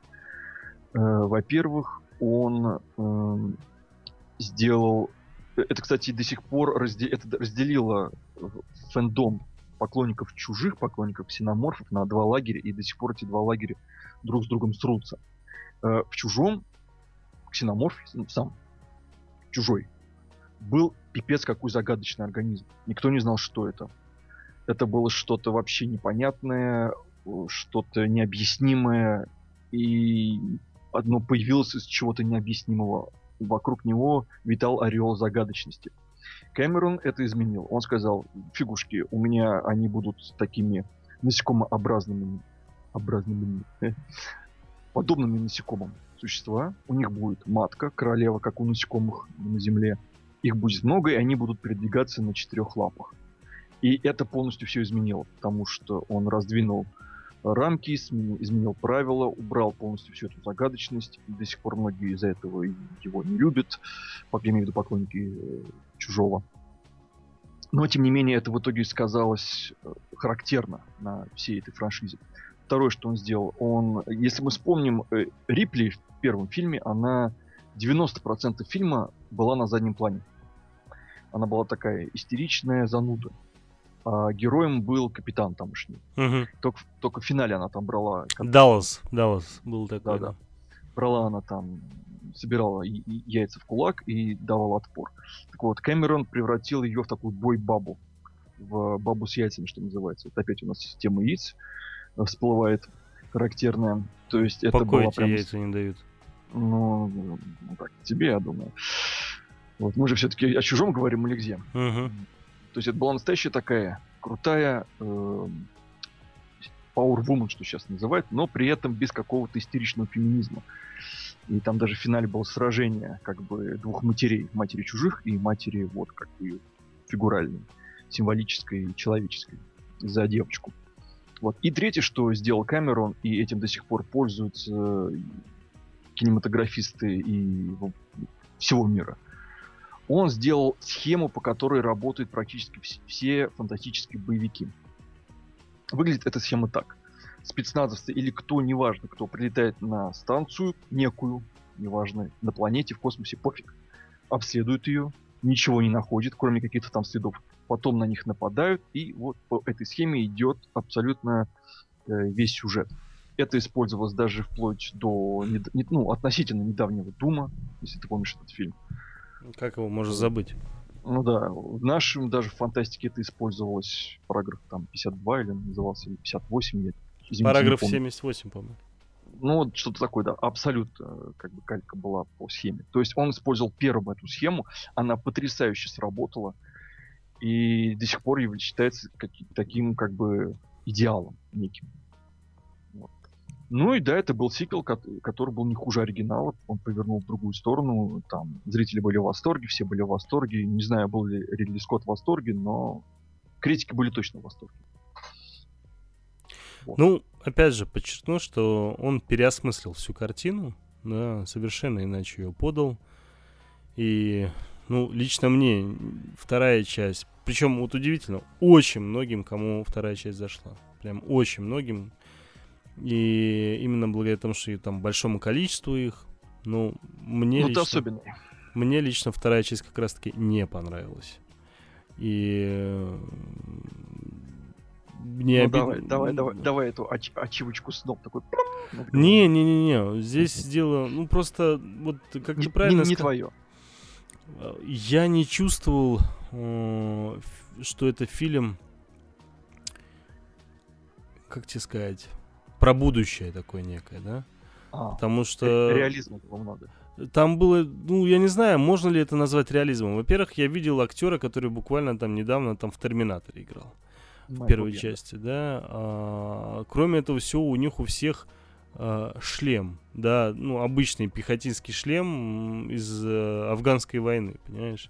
S3: Во-первых, он э, сделал... Это, кстати, до сих пор разде... это разделило фэндом поклонников чужих, поклонников ксеноморфов на два лагеря, и до сих пор эти два лагеря друг с другом срутся. Э, в чужом ксеноморф, ну, сам чужой, был пипец какой загадочный организм. Никто не знал, что это. Это было что-то вообще непонятное, что-то необъяснимое, и одно появилось из чего-то необъяснимого. Вокруг него витал ореол загадочности. Кэмерон это изменил. Он сказал, фигушки, у меня они будут такими насекомообразными, образными, э, подобными насекомым существа. У них будет матка, королева, как у насекомых на земле. Их будет много, и они будут передвигаться на четырех лапах. И это полностью все изменило, потому что он раздвинул рамки, изменил, изменил правила, убрал полностью всю эту загадочность. До сих пор многие из-за этого его не любят, по крайней мере, поклонники э, чужого. Но, тем не менее, это в итоге сказалось э, характерно на всей этой франшизе. Второе, что он сделал, он, если мы вспомним, э, Рипли в первом фильме, она девяносто процентов фильма была на заднем плане. Она была такая истеричная зануда. а героем был капитан тамошний.
S2: Мгм.
S3: Только, в- только в финале она там брала... кон-
S2: Даллас, Даллас был такой,
S3: Да-да.
S2: да.
S3: Брала она там, собирала и- и яйца в кулак и давала отпор. Так вот, Кэмерон превратил ее в такую бой-бабу. В бабу с яйцами, что называется. Вот опять у нас система яиц э, всплывает характерная. То есть это
S2: Покоя
S3: была
S2: тебе
S3: прям...
S2: яйца не дают.
S3: Ну, ну, так, тебе, я думаю. Вот, мы же все-таки о чужом говорим или где?
S2: Мгм.
S3: То есть это была настоящая такая крутая э, power woman, что сейчас называют, но при этом без какого-то истеричного феминизма. И там даже в финале было сражение как бы двух матерей. Матери чужих и матери вот как бы фигуральной, символической и человеческой за девочку. Вот. И третье, что сделал Кэмерон, и этим до сих пор пользуются кинематографисты и ну, всего мира. Он сделал схему, по которой работают практически вс- все фантастические боевики. Выглядит эта схема так. Спецназовцы или кто, неважно, кто прилетает на станцию некую, неважно, на планете, в космосе, пофиг, обследуют ее, ничего не находит, кроме каких-то там следов. Потом на них нападают, и вот по этой схеме идет абсолютно э, весь сюжет. Это использовалось даже вплоть до нед- не- ну, относительно недавнего Дума, если ты помнишь этот фильм.
S2: Как его можно забыть?
S3: Ну да, в нашем даже в фантастике это использовалось, параграф там пятьдесят два или он назывался, или пятьдесят восемь, я, извините,
S2: Параграф
S3: не помню.
S2: семьдесят восемь, по-моему.
S3: Ну вот что-то такое, да, абсолютно э, как бы калька была по схеме. То есть он использовал первым эту схему, она потрясающе сработала, и до сих пор его считается каким- таким как бы идеалом неким. Вот. Ну и да, это был сиквел, кот- который был не хуже оригинала. Он повернул в другую сторону. Там зрители были в восторге, все были в восторге. Не знаю, был ли Ридли Скотт в восторге, но критики были точно в восторге. Вот.
S2: Ну, опять же, подчеркну, что он переосмыслил всю картину, да, совершенно иначе ее подал. И, ну, лично мне вторая часть, причем вот удивительно, очень многим, кому вторая часть зашла. Прям очень многим. И именно благодаря тому, что и там большому количеству их, ну, мне
S3: Ну, ты
S2: лично...
S3: особенный.
S2: Мне лично вторая часть как раз-таки не понравилась. И э, мне
S3: Ну,
S2: обидно...
S3: давай, давай, давай, давай эту ач- ачивочку сноп такой.
S2: Не, не, не, не. Здесь дело, ну просто вот как
S3: не,
S2: ты правильно
S3: не, не
S2: сказал,
S3: твое.
S2: я не чувствовал, э, ф- что это фильм, как тебе сказать, про будущее такое некое, да?
S3: А,
S2: Потому
S3: ре-
S2: что
S3: реализма было много.
S2: там было, ну, я не знаю, можно ли это назвать реализмом. Во-первых, я видел актера, который буквально там недавно там в «Терминаторе» играл. В
S3: Майкл
S2: первой
S3: Беннет.
S2: части, да. А, кроме этого всего, у них у всех а, шлем, да, ну, обычный пехотинский шлем м, из э, афганской войны, понимаешь?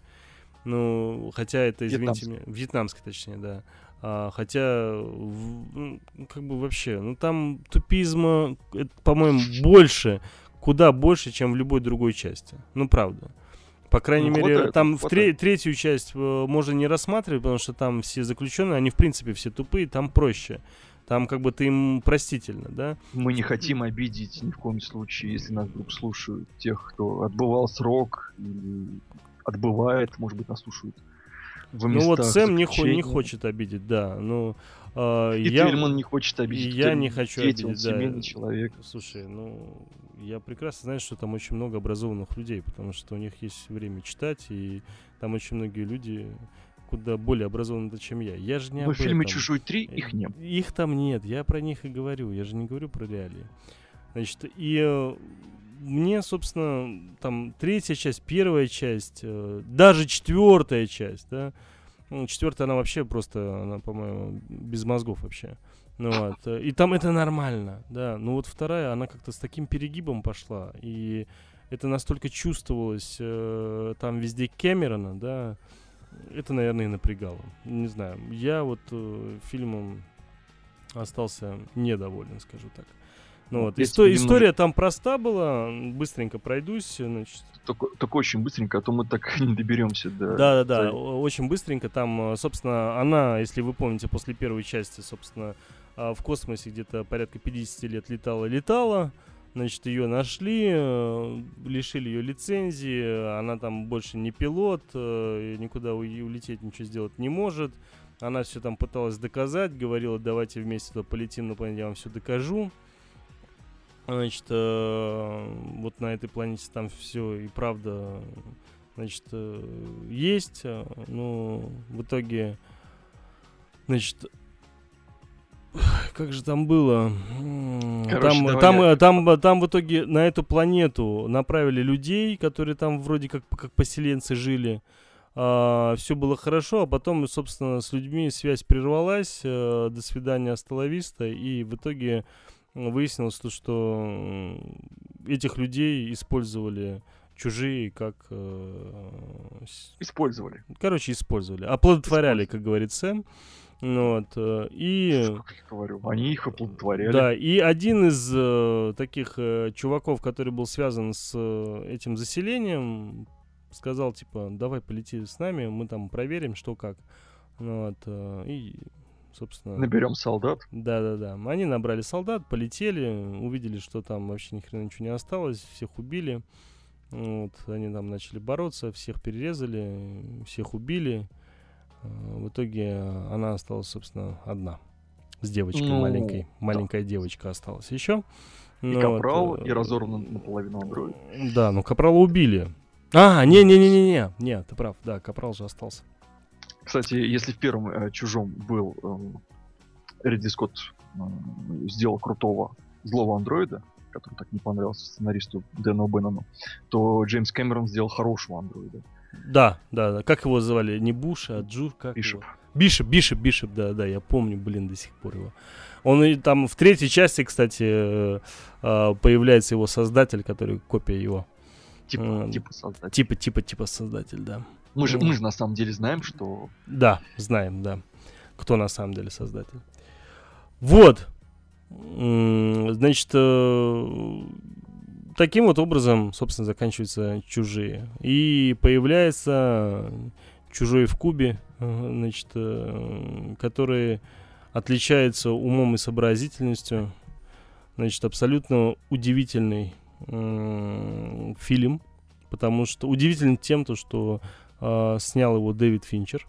S2: Ну, хотя это, извините меня, вьетнамской, точнее, да. А, хотя, в- ну, как бы вообще, ну, там тупизма, это, по-моему, больше, куда больше, чем в любой другой части. Ну, правда. По крайней
S3: Ну,
S2: мере,
S3: хватает,
S2: там в
S3: хватает.
S2: тре- третью часть э, можно не рассматривать, потому что там все заключенные, они в принципе все тупые, там проще. Там как бы ты им простительно, да?
S3: Мы не хотим обидеть ни в коем случае, если нас вдруг слушают, тех, кто отбывал срок или отбывает, может быть, нас слушают в
S2: Ну вот
S3: местах
S2: Сэм не, хо- не
S3: заключения.
S2: хочет обидеть, да. Ну, э,
S3: И
S2: я,
S3: Тельман не хочет обидеть.
S2: и
S3: кто
S2: я
S3: любит
S2: не хочу
S3: детей, он
S2: обидеть, да.
S3: семейный человек.
S2: Слушай, ну, я прекрасно знаю, что там очень много образованных людей, потому что у них есть время читать, и там очень многие люди куда более образованные, чем я. Я же не
S3: Но
S2: об
S3: в фильме
S2: этом.
S3: «Чужой три» их не было.
S2: Их там нет, я про них и говорю, я же не говорю про реалии. Значит, и э, мне, собственно, там третья часть, первая часть, э, даже четвертая часть, да, ну, четвертая она вообще просто, она, по-моему, без мозгов вообще. Ну вот, э, и там это нормально, да, ну вот вторая, она как-то с таким перегибом пошла, и это настолько чувствовалось э, там везде Кэмерона, да, это, наверное, и напрягало. Не знаю, я вот э, фильмом остался недоволен, скажу так. Ну, вот.
S3: Я
S2: Исто-
S3: тебе
S2: история
S3: немного-
S2: там проста была, быстренько пройдусь, значит.
S3: Только, только очень быстренько, а то мы так не доберемся до...
S2: Да-да-да,
S3: за-
S2: о- очень быстренько. Там, э, собственно, она, если вы помните, после первой части, собственно, а, в космосе где-то порядка пятьдесят лет летала-летала. Значит, ее нашли, э, лишили ее лицензии, она там больше не пилот, э, никуда у- улететь, ничего сделать не может. Она все там пыталась доказать, говорила, давайте вместе туда полетим на планете, я вам все докажу. Значит, э, вот на этой планете там все и правда, значит, э, есть. Но в итоге, значит, как же там было?
S3: Короче,
S2: там,
S3: давай
S2: там,
S3: я-
S2: там, там в итоге на эту планету направили людей, которые там вроде как, как поселенцы жили. А, все было хорошо, а потом, собственно, с людьми связь прервалась. э, До свидания, асталависта. И в итоге выяснилось, то, что м, этих людей использовали чужие, как... э, с-
S3: Использовали.
S2: Короче, использовали. Оплодотворяли, как говорит Сэм. Ну вот, э, и...
S3: Как я говорю, они их оплодотворяли.
S2: Да, и один из э, таких э, чуваков, который был связан с э, этим заселением, сказал, типа, давай полети с нами, мы там проверим, что как. Ну вот, э, и, собственно...
S3: Наберем солдат.
S2: Да-да-да. Они набрали солдат, полетели, увидели, что там вообще ни хрена ничего не осталось, всех убили. Вот, они там начали бороться, всех перерезали, всех убили. Э, В итоге она осталась, собственно, одна. С девочкой
S3: Ну,
S2: маленькой. Маленькая девочка осталась еще.
S3: И
S2: Ну
S3: капрал,
S2: вот, э,
S3: и разорван наполовину андроид.
S2: Да, ну Капрала убили. А, не-не-не-не-не. Не, ты прав, да, Капрал же остался.
S3: Кстати, если в первом э, «Чужом» был эм, Ридли Скотт эм, сделал крутого злого андроида, который так не понравился сценаристу Дэну Беннону, то Джеймс Кэмерон сделал хорошего андроида.
S2: Да, да, да. Как его звали? Не Буш, а Джур, как
S3: Бишоп.
S2: его? Бишоп, Бишоп, Бишоп, да, да, я помню, блин, до сих пор его. Он и там в третьей части, кстати, э, э, появляется его создатель, который копия его.
S3: Типа,
S2: М,
S3: типа создатель.
S2: Типа, типа, типа создатель, да.
S3: Мы же,
S2: ну.
S3: мы же на самом деле знаем, что
S2: Да, знаем, да. Кто на самом деле создатель. Вот. М, Значит, э, таким вот образом, собственно, заканчиваются «Чужие». И появляется «Чужой в Кубе», э, значит, э, который отличается умом и сообразительностью. Значит, абсолютно удивительный м, фильм, потому что удивительный тем, то, что э, снял его Дэвид Финчер.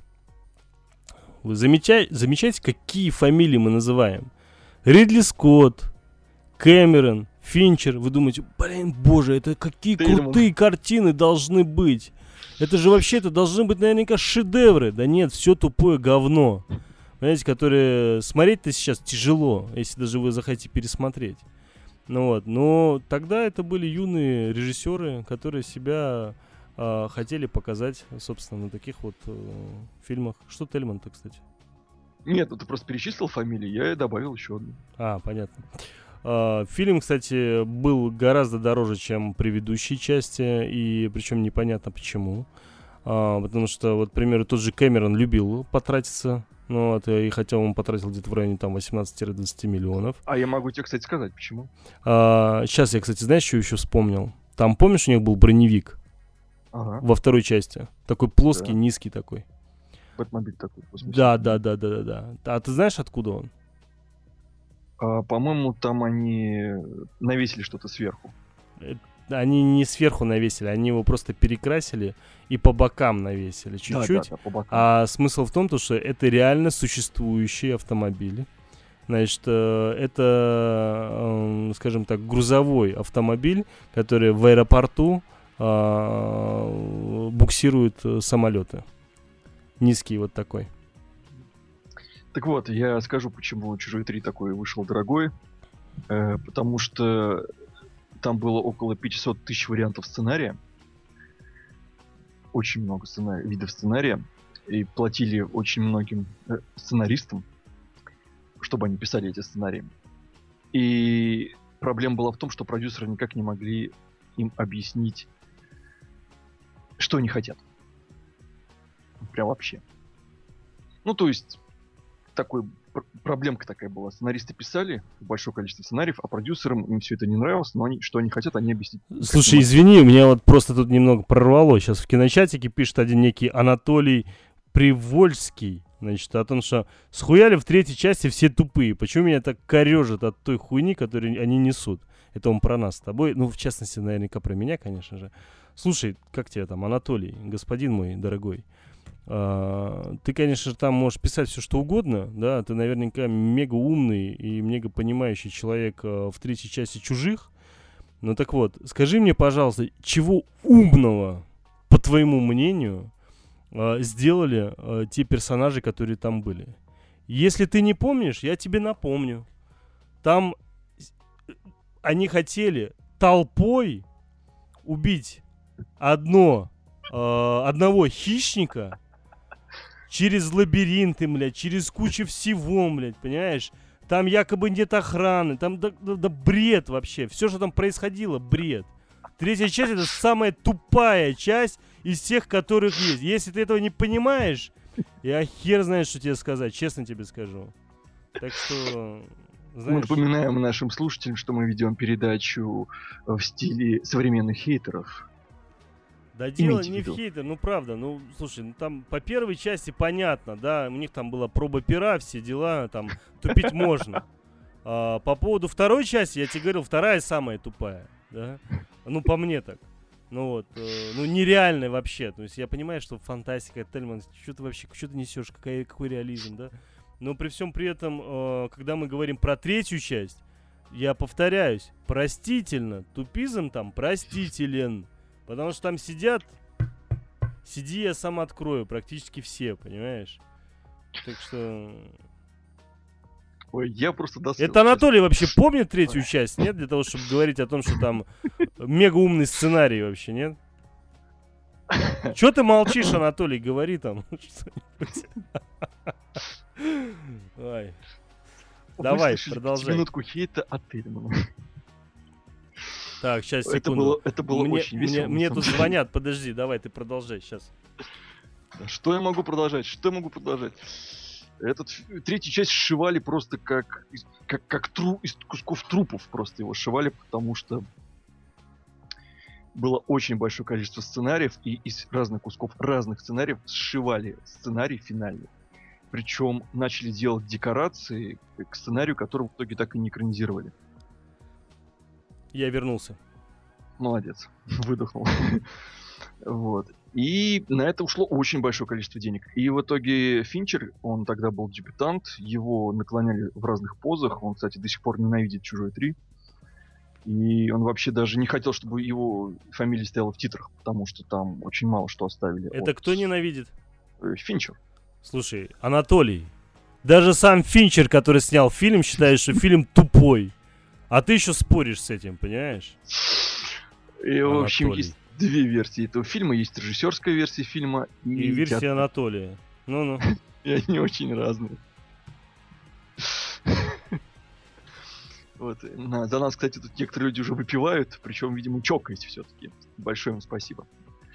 S2: Вы замечай- замечаете, какие фамилии мы называем? Ридли Скотт, Кэмерон, Финчер. Вы думаете, блин, боже, это какие
S3: Ты думал-
S2: крутые картины должны быть. Это же вообще, это должны быть наверняка шедевры. Да нет, все тупое говно. Понимаете, которые смотреть-то сейчас тяжело, если даже вы захотите пересмотреть. Ну вот, но тогда это были юные режиссеры, которые себя а, хотели показать, собственно, на таких вот э, фильмах. Что Тельман-то, кстати?
S3: Нет, ну ты просто перечислил фамилии, я и добавил еще одну.
S2: А, понятно. А, фильм, кстати, был гораздо дороже, чем предыдущие части, и причем непонятно почему. А, потому что, вот, к примеру, тот же Кэмерон любил потратиться, ну, вот, и хотя он потратил где-то в районе там восемнадцать-двадцать миллионов.
S3: А я могу тебе, кстати, сказать, почему.
S2: А, сейчас я, кстати, знаешь, что еще вспомнил? Там, помнишь, у них был броневик
S3: Ага,
S2: во второй части? Такой плоский,
S3: Да.
S2: низкий такой.
S3: Бэтмобиль такой. космический.
S2: Да, да, да, да, да, да. А ты знаешь, откуда он?
S3: А, по-моему, там они навесили что-то сверху.
S2: Они не сверху навесили, они его просто перекрасили и по бокам навесили чуть-чуть.
S3: Да, да, да, по бокам.
S2: А смысл в том, то, что это реально существующие автомобили. Значит, э, это, э, скажем так, грузовой автомобиль, который в аэропорту э, буксирует э, самолеты. Низкий вот такой.
S3: Так вот, я скажу, почему «Чужой три» такой вышел дорогой. Э, потому что там было около пятьсот тысяч вариантов сценария. Очень много сценарий, видов сценария. И платили очень многим э, сценаристам, чтобы они писали эти сценарии. И проблема была в том, что продюсеры никак не могли им объяснить, что они хотят. Прям вообще. Ну, то есть, такой пр- проблемка такая была. Сценаристы писали большое количество сценариев, а продюсерам им все это не нравилось, но они, что они хотят, они объяснить. никак не
S2: Слушай,
S3: могли.
S2: извини, у меня вот просто тут немного прорвало. Сейчас в киночатике пишет один некий Анатолий Привольский. Значит, о том, что схуяли в третьей части все тупые. Почему меня так корежит от той хуйни, которую они несут? Это он про нас с тобой. Ну, в частности, наверняка про меня, конечно же. Слушай, как тебе там, Анатолий, господин мой дорогой? А, ты, конечно, там можешь писать все, что угодно, да, ты наверняка мега умный и мега понимающий человек а, в третьей части «Чужих». Ну так вот, скажи мне, пожалуйста, чего умного, по твоему мнению, а, сделали а, те персонажи, которые там были? Если ты не помнишь, я тебе напомню. Там они хотели толпой убить одно, э, одного хищника через лабиринты, блядь, через кучу всего, блядь, понимаешь? Там якобы нет охраны, там да, да, да бред вообще. Все, что там происходило, бред. Третья часть — это самая тупая часть из всех, которых есть. Если ты этого не понимаешь, я хер знает, что тебе сказать, честно тебе скажу. Так что...
S3: Мы
S2: Знаешь,
S3: напоминаем нашим слушателям, что мы ведем передачу в стиле современных хейтеров.
S2: да дело
S3: имейте в
S2: не в
S3: виду.
S2: хейте, ну правда, ну слушай, ну там по первой части понятно, да, у них там была проба пера, все дела, там тупить можно. А, по поводу второй части, я тебе говорил, вторая самая тупая, да, ну по мне так. Ну вот, э, ну нереальная вообще, то есть я понимаю, что фантастика, Тельман, что ты вообще, что ты несешь, какой, какой реализм, да. Но при всем при этом, э, когда мы говорим про третью часть, я повторяюсь, простительно, тупизм там простителен. Потому что там сидят, сиди, я сам открою, практически все, понимаешь? Так что...
S3: Ой, я просто достал.
S2: Это Анатолий вообще помнит третью часть, нет? Для того, чтобы говорить о том, что там мега умный сценарий вообще, нет? Чё ты молчишь, Анатолий? Говори там что-нибудь. Ой.
S3: Вы
S2: Давай,
S3: слышали
S2: продолжай.
S3: минутку хейта от Тельмана.
S2: Так, сейчас, секунду.
S3: Это было, это было
S2: мне,
S3: очень весело.
S2: Мне, мне
S3: на
S2: тут
S3: самом деле.
S2: звонят, подожди, давай, ты продолжай сейчас.
S3: Что я могу продолжать? Что я могу продолжать? Этот ф- третью часть сшивали просто как из, как, как тру, из кусков трупов просто его сшивали, потому что было очень большое количество сценариев, и из разных кусков разных сценариев сшивали сценарий финальный. Причем начали делать декорации к сценарию, который в итоге так и не экранизировали.
S2: Я вернулся.
S3: Молодец. Выдохнул. Вот. И на это ушло очень большое количество денег. И в итоге Финчер, он тогда был дебютант, его наклоняли в разных позах. Он, кстати, до сих пор ненавидит «Чужой три». И он вообще даже не хотел, чтобы его фамилия стояла в титрах, потому что там очень мало что оставили.
S2: Это
S3: от,
S2: кто ненавидит?
S3: э, Финчер.
S2: Слушай, Анатолий, даже сам Финчер, который снял фильм, считает, что фильм тупой. А ты еще споришь с этим, понимаешь?
S3: И, в общем,
S2: Анатолий.
S3: есть две версии этого фильма. Есть режиссерская версия фильма и,
S2: И версия
S3: театр-
S2: Анатолия. Ну-ну.
S3: И они очень разные. Вот. на- За нас, кстати, тут некоторые люди уже выпивают, причем, видимо, чокаясь все-таки. Большое им спасибо.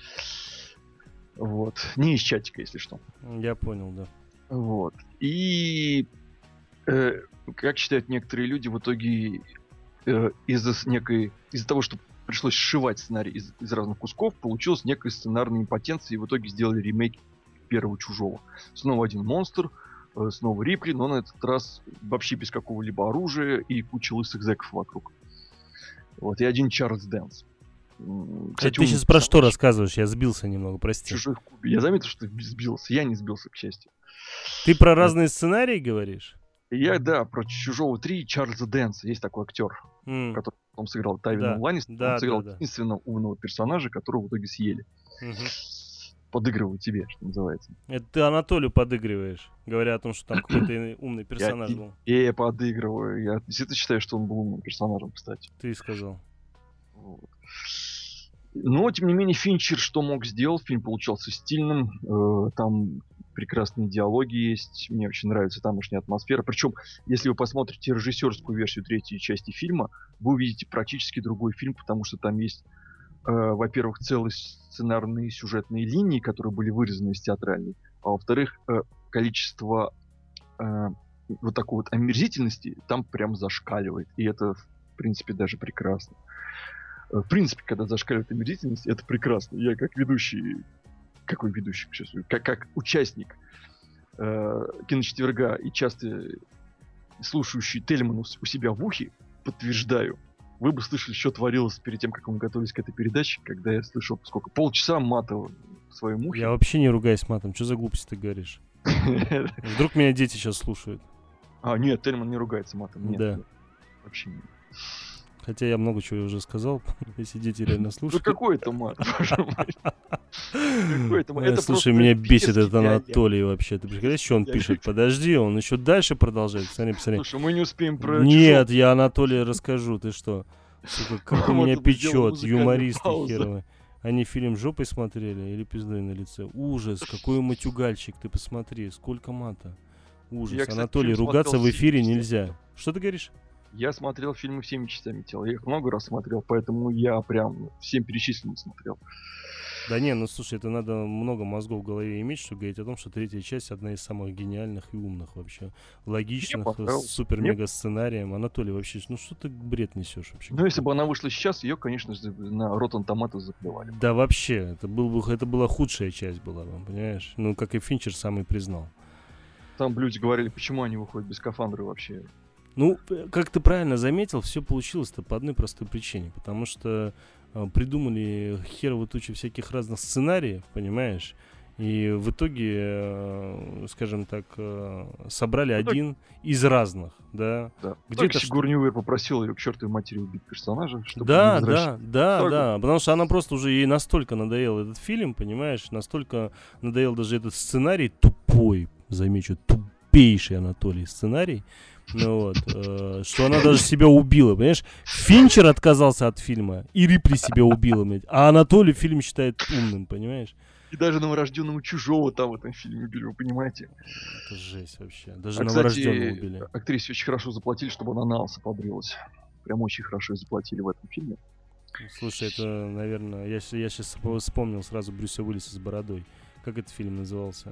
S3: Вот. Не из чатика, если что.
S2: Я понял, да.
S3: Вот. И э, как считают некоторые люди, в итоге э, из-за с- некой из-за того, что пришлось сшивать сценарий из, из разных кусков, получилась некая сценарная импотенция, и в итоге сделали ремейк первого «Чужого». Снова один монстр, э, снова Рипли, но на этот раз вообще без какого-либо оружия и куча лысых зэков вокруг. Вот, и один Чарльз Дэнс. М,
S2: Это
S3: кстати,
S2: ты
S3: умный
S2: сейчас про что
S3: персонаж.
S2: рассказываешь? Я сбился немного, прости.
S3: «Чужой в Кубе». Я заметил, что ты сбился. Я не сбился, к счастью.
S2: Ты про разные сценарии говоришь?
S3: Я, да, про «Чужого три» и Чарльза Дэнса. Есть такой актер,
S2: М,
S3: который потом сыграл Тайвина
S2: Да,
S3: Ланнистера.
S2: да,
S3: Он сыграл
S2: да, да.
S3: единственного умного персонажа, которого в итоге съели.
S2: мгм.
S3: Подыгрываю тебе, что называется.
S2: Это ты Анатолию подыгрываешь, говоря о том, что там какой-то умный персонаж
S3: я,
S2: был.
S3: и- я подыгрываю. Я действительно считаю, что он был умным персонажем, кстати.
S2: Ты сказал.
S3: Вот. Но, тем не менее, Финчер что мог сделать? Фильм получался стильным. э, там прекрасные диалоги есть. Мне очень нравится тамошняя атмосфера. Причем, если вы посмотрите режиссерскую версию третьей части фильма, вы увидите практически другой фильм, потому что там есть, э, во-первых, целые сценарные сюжетные линии, которые были вырезаны из театральной, а во-вторых, э, количество э, вот такой вот омерзительности там прям зашкаливает. И это, в принципе, даже прекрасно. Э, В принципе, когда зашкаливает омерзительность, это прекрасно. Я как ведущий, какой ведущий, сейчас, как, как участник э, киночетверга и часто слушающий Тельмана у себя в ухе, подтверждаю. Вы бы слышали, что творилось перед тем, как мы готовились к этой передаче, когда я слышал сколько, полчаса матового своей мухе.
S2: Я вообще не ругаюсь матом. Что за глупости ты говоришь? Вдруг меня дети сейчас слушают.
S3: А, нет, Тельман не ругается матом. Нет,
S2: Да.
S3: нет, вообще нет.
S2: Хотя я много чего уже сказал, если дети реально
S3: Ну
S2: слушают.
S3: какой это мат? Боже мой. Какой это мат?
S2: Ой,
S3: Это
S2: слушай,
S3: просто
S2: меня бесит
S3: детский
S2: этот
S3: диалект.
S2: Анатолий вообще. Ты представляешь, что он
S3: Я
S2: пишет?
S3: говорю,
S2: Подожди, он еще дальше продолжает. Посмотри, посмотри.
S3: Слушай, мы не успеем про
S2: Нет, я Анатолий расскажу. Ты что? Сука, как у
S3: Вот
S2: меня
S3: он сделал
S2: печет,
S3: музыкальную
S2: юмористы
S3: паузу.
S2: херовы. Они фильм жопой смотрели или пиздой на лице? Ужас, какой матюгальчик, ты посмотри, сколько мата. Ужас.
S3: Я, кстати,
S2: Анатолий,
S3: фильм
S2: ругаться
S3: смотрел
S2: в эфире
S3: всеми
S2: нельзя. Что ты говоришь?
S3: Я смотрел фильмы всеми частями тела. Я их много раз смотрел, поэтому я прям всем перечисленно смотрел.
S2: Да не, ну слушай, это надо много мозгов в голове иметь, чтобы говорить о том, что третья часть одна из самых гениальных и умных вообще. Логичных, с
S3: понравилось.
S2: супер-мега сценарием. Анатолий, вообще, ну что ты бред несешь вообще?
S3: Но если бы она вышла сейчас, ее, конечно же, на Rotten Tomatoes заплевали.
S2: Да вообще, это, был бы, это была худшая часть была, понимаешь? Ну, как и Финчер сам и признал.
S3: Там люди говорили, почему они выходят без скафандра вообще.
S2: Ну, э, как ты правильно заметил, все получилось-то по одной простой причине. Потому что э, придумали херовую тучу всяких разных сценариев, понимаешь? И в итоге, э, скажем так, э, собрали
S3: Ну, так-
S2: один из разных, да?
S3: Да.
S2: Где-то
S3: Так
S2: что-
S3: Сигурни Уивер попросил ее к чертовой матери убить персонажа, чтобы
S2: Да,
S3: не возвращать.
S2: да, да,
S3: Так
S2: да, потому что она просто уже ей настолько надоел этот фильм, понимаешь, настолько надоел даже этот сценарий тупой, замечу, тупейший Анатолий сценарий, ну вот, э, что она даже себя убила, понимаешь? Финчер отказался от фильма, и Рипли себя убила, блядь, а Анатолий фильм считает умным, понимаешь?
S3: И даже новорожденного чужого там в этом фильме убили, вы понимаете?
S2: Это жесть вообще, даже
S3: А,
S2: новорожденного
S3: кстати,
S2: убили.
S3: актрисе очень хорошо заплатили, чтобы она на лысо побрилась. Прям очень хорошо ей заплатили в этом фильме.
S2: Слушай, это, наверное, я, щ- я сейчас вспомнил сразу Брюса Уиллиса с бородой. Как этот фильм назывался?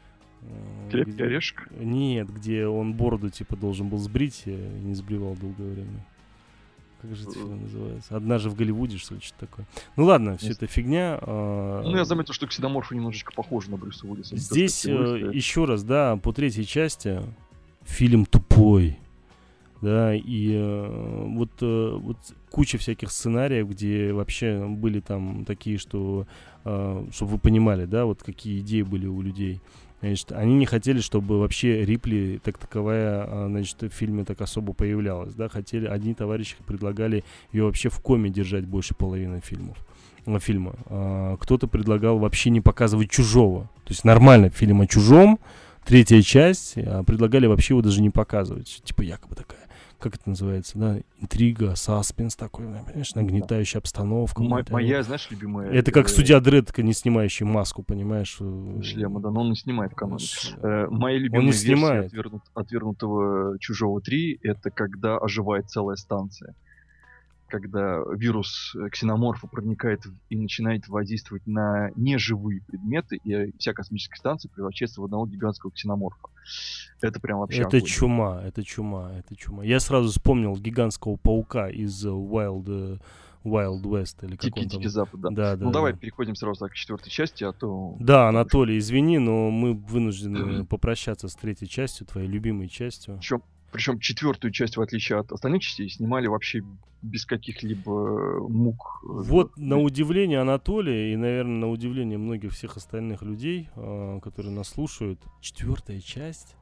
S2: Э,
S3: Крепкий
S2: где-
S3: орешек.
S2: Нет, где он бороду типа должен был сбрить, э, и не сбривал долгое время. Как же этот фильм называется? Однажды в Голливуде, что ли, что-то такое. Ну ладно, все это фигня. а,
S3: Ну, я заметил, что ксеноморфы немножечко похожи на Брюса Уиллиса.
S2: Здесь
S3: Так сказать, его
S2: еще раз, да, по третьей части фильм тупой. Да, и э, вот, э, вот куча всяких сценариев, где вообще были там такие, что, э, чтобы вы понимали, да, вот какие идеи были у людей. Значит, они не хотели, чтобы вообще Рипли, так таковая, а, значит, в фильме так особо появлялась, да, хотели, одни товарищи предлагали ее вообще в коме держать больше половины фильмов, э, фильма. А, кто-то предлагал вообще не показывать чужого, то есть нормально фильм о чужом, третья часть, а предлагали вообще его даже не показывать, типа якобы такая, как это называется, да, интрига, саспенс такой, да, понимаешь, нагнетающая обстановка.
S3: Мо-
S2: вот,
S3: Моя, знаешь, любимая...
S2: это как
S3: э,
S2: судья Дред, не снимающий маску, понимаешь? э,
S3: Шлема, да, но он не снимает в каноне.
S2: ш-
S3: Э, Моя любимая
S2: не
S3: версия
S2: снимает.
S3: отвергнут- отвергнутого Чужого три это когда оживает целая станция. Когда вирус э, ксеноморфа проникает в- и начинает воздействовать на неживые предметы, и э, вся космическая станция превращается в одного гигантского ксеноморфа. Это прям вообще
S2: Это
S3: огонь.
S2: чума, это чума, это чума. Я сразу вспомнил гигантского паука из э, Wild, э, Wild West, или как
S3: Дикий,
S2: он там.
S3: Дикий Запад, да.
S2: Да, да,
S3: Ну давай
S2: да.
S3: переходим сразу к четвертой части, а то...
S2: Да, Анатолий, извини, но мы вынуждены попрощаться с третьей частью, твоей любимой частью.
S3: Причем, причем четвертую часть, в отличие от остальных частей, снимали вообще без каких-либо э, мук. э,
S2: Вот
S3: э,
S2: на удивление Анатолия и, наверное, на удивление многих всех остальных людей, а, которые нас слушают, четвертая часть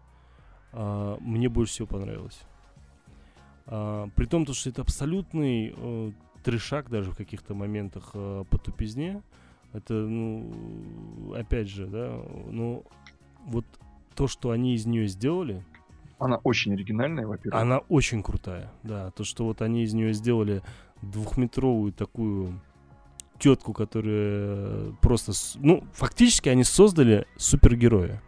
S2: а, мне больше всего понравилась. А, при том, то, что это абсолютный э, трешак даже в каких-то моментах э, по тупизне. Это, ну, опять же, да, ну, вот то, что они из нее сделали,
S3: Она очень оригинальная, во-первых.
S2: она очень крутая, да. То, что вот они из нее сделали двухметровую такую тетку, которая просто... с- Ну, фактически они создали супергероя.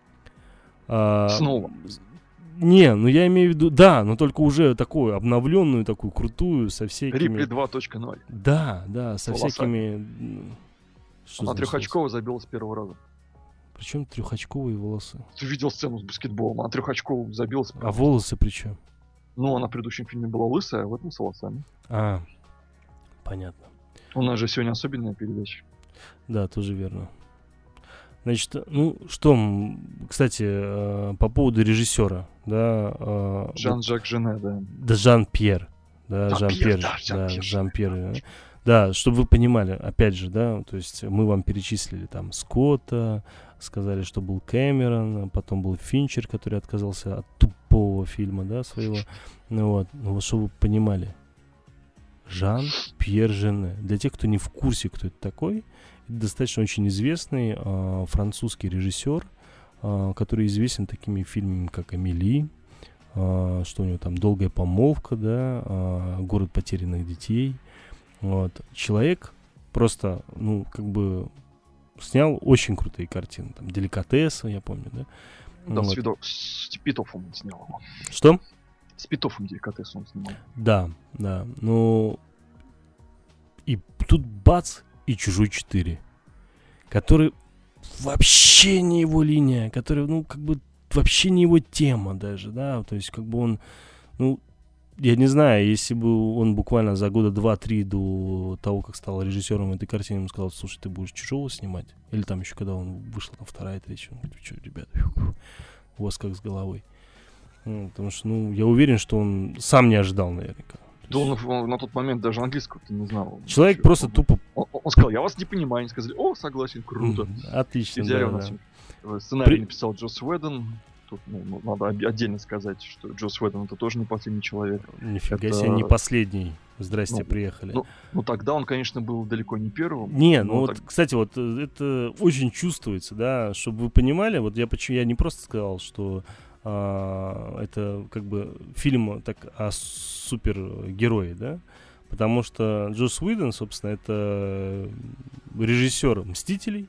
S2: А,
S3: Снова.
S2: Не, ну я имею в виду... Да, но только уже такую обновленную, такую крутую, со всякими...
S3: Рипли два точка ноль.
S2: Да, да, со
S3: волосами.
S2: всякими... м, что
S3: Она
S2: значит
S3: трехочково забила с первого раза.
S2: волосы? Причем трехочковые волосы.
S3: Ты видел сцену с баскетболом? Она трехочково забила с
S2: А
S3: первого раза.
S2: волосы причем?
S3: Ну, она в предыдущем фильме была лысая, а в этом с волосами.
S2: А, понятно.
S3: У нас же сегодня особенная передача.
S2: Да, тоже верно. Значит, ну что, м, кстати, э, по поводу режиссера, да, э, вот-
S3: Жан-Жак Жене, да.
S2: да, Жан-Пьер, да,
S3: А,
S2: Жан-Пьер,
S3: Пьер, да,
S2: да,
S3: Жан-Пьер.
S2: Жан-Пьер. да. Да, чтобы вы понимали, опять же, да, то есть мы вам перечислили там Скотта, сказали, что был Кэмерон, потом был Финчер, который отказался от тупого фильма, да, своего. Ну вот, ну вот чтобы вы понимали, Жан-Пьер Жене. Для тех, кто не в курсе, кто это такой, это достаточно очень известный э, французский режиссер, э, который известен такими фильмами, как «Амели», э, что у него там «Долгая помолвка», да, э, «Город потерянных детей». Вот. Человек просто, ну, как бы снял очень крутые картины. Там «Деликатесы», я помню, да?
S3: Да,
S2: вот.
S3: с, видо... с Петофом он снял его.
S2: Что?
S3: С Петофом «Деликатес» он снимал.
S2: Да, да. Ну, и тут бац, и «Чужой четыре», который вообще не его линия, который, ну, как бы вообще не его тема даже, да, то есть как бы он, ну, я не знаю, если бы он буквально за года два-три до того, как стал режиссером этой картины, ему сказал: слушай, ты будешь «Чужого» снимать? Или там еще, когда он вышел, там, вторая, третья, он говорит: что, ребята, у вас как с головой. Ну, потому что, ну, я уверен, что он сам не ожидал наверняка.
S3: Да он, он на тот момент даже английского-то не знал.
S2: Человек
S3: Вообще,
S2: просто
S3: он,
S2: тупо...
S3: Он, он сказал: я вас не понимаю. Они сказали: о, согласен, круто.
S2: Mm, отлично,
S3: взяли
S2: да,
S3: у нас.
S2: да.
S3: Сценарий
S2: При...
S3: написал Джосс Уэдон. Тут, ну, надо отдельно сказать, что Джосс Уэдон — это тоже не последний человек.
S2: Нифига
S3: это...
S2: себе, не последний. Здрасте,
S3: ну,
S2: приехали.
S3: Ну, ну, тогда он, конечно, был далеко не первым.
S2: Не, ну вот,
S3: так...
S2: кстати, вот это очень чувствуется, да, чтобы вы понимали, вот я почему я не просто сказал, что а, это как бы фильм так о супергерое, да, потому что Джосс Уидон, собственно, это режиссер «Мстителей»,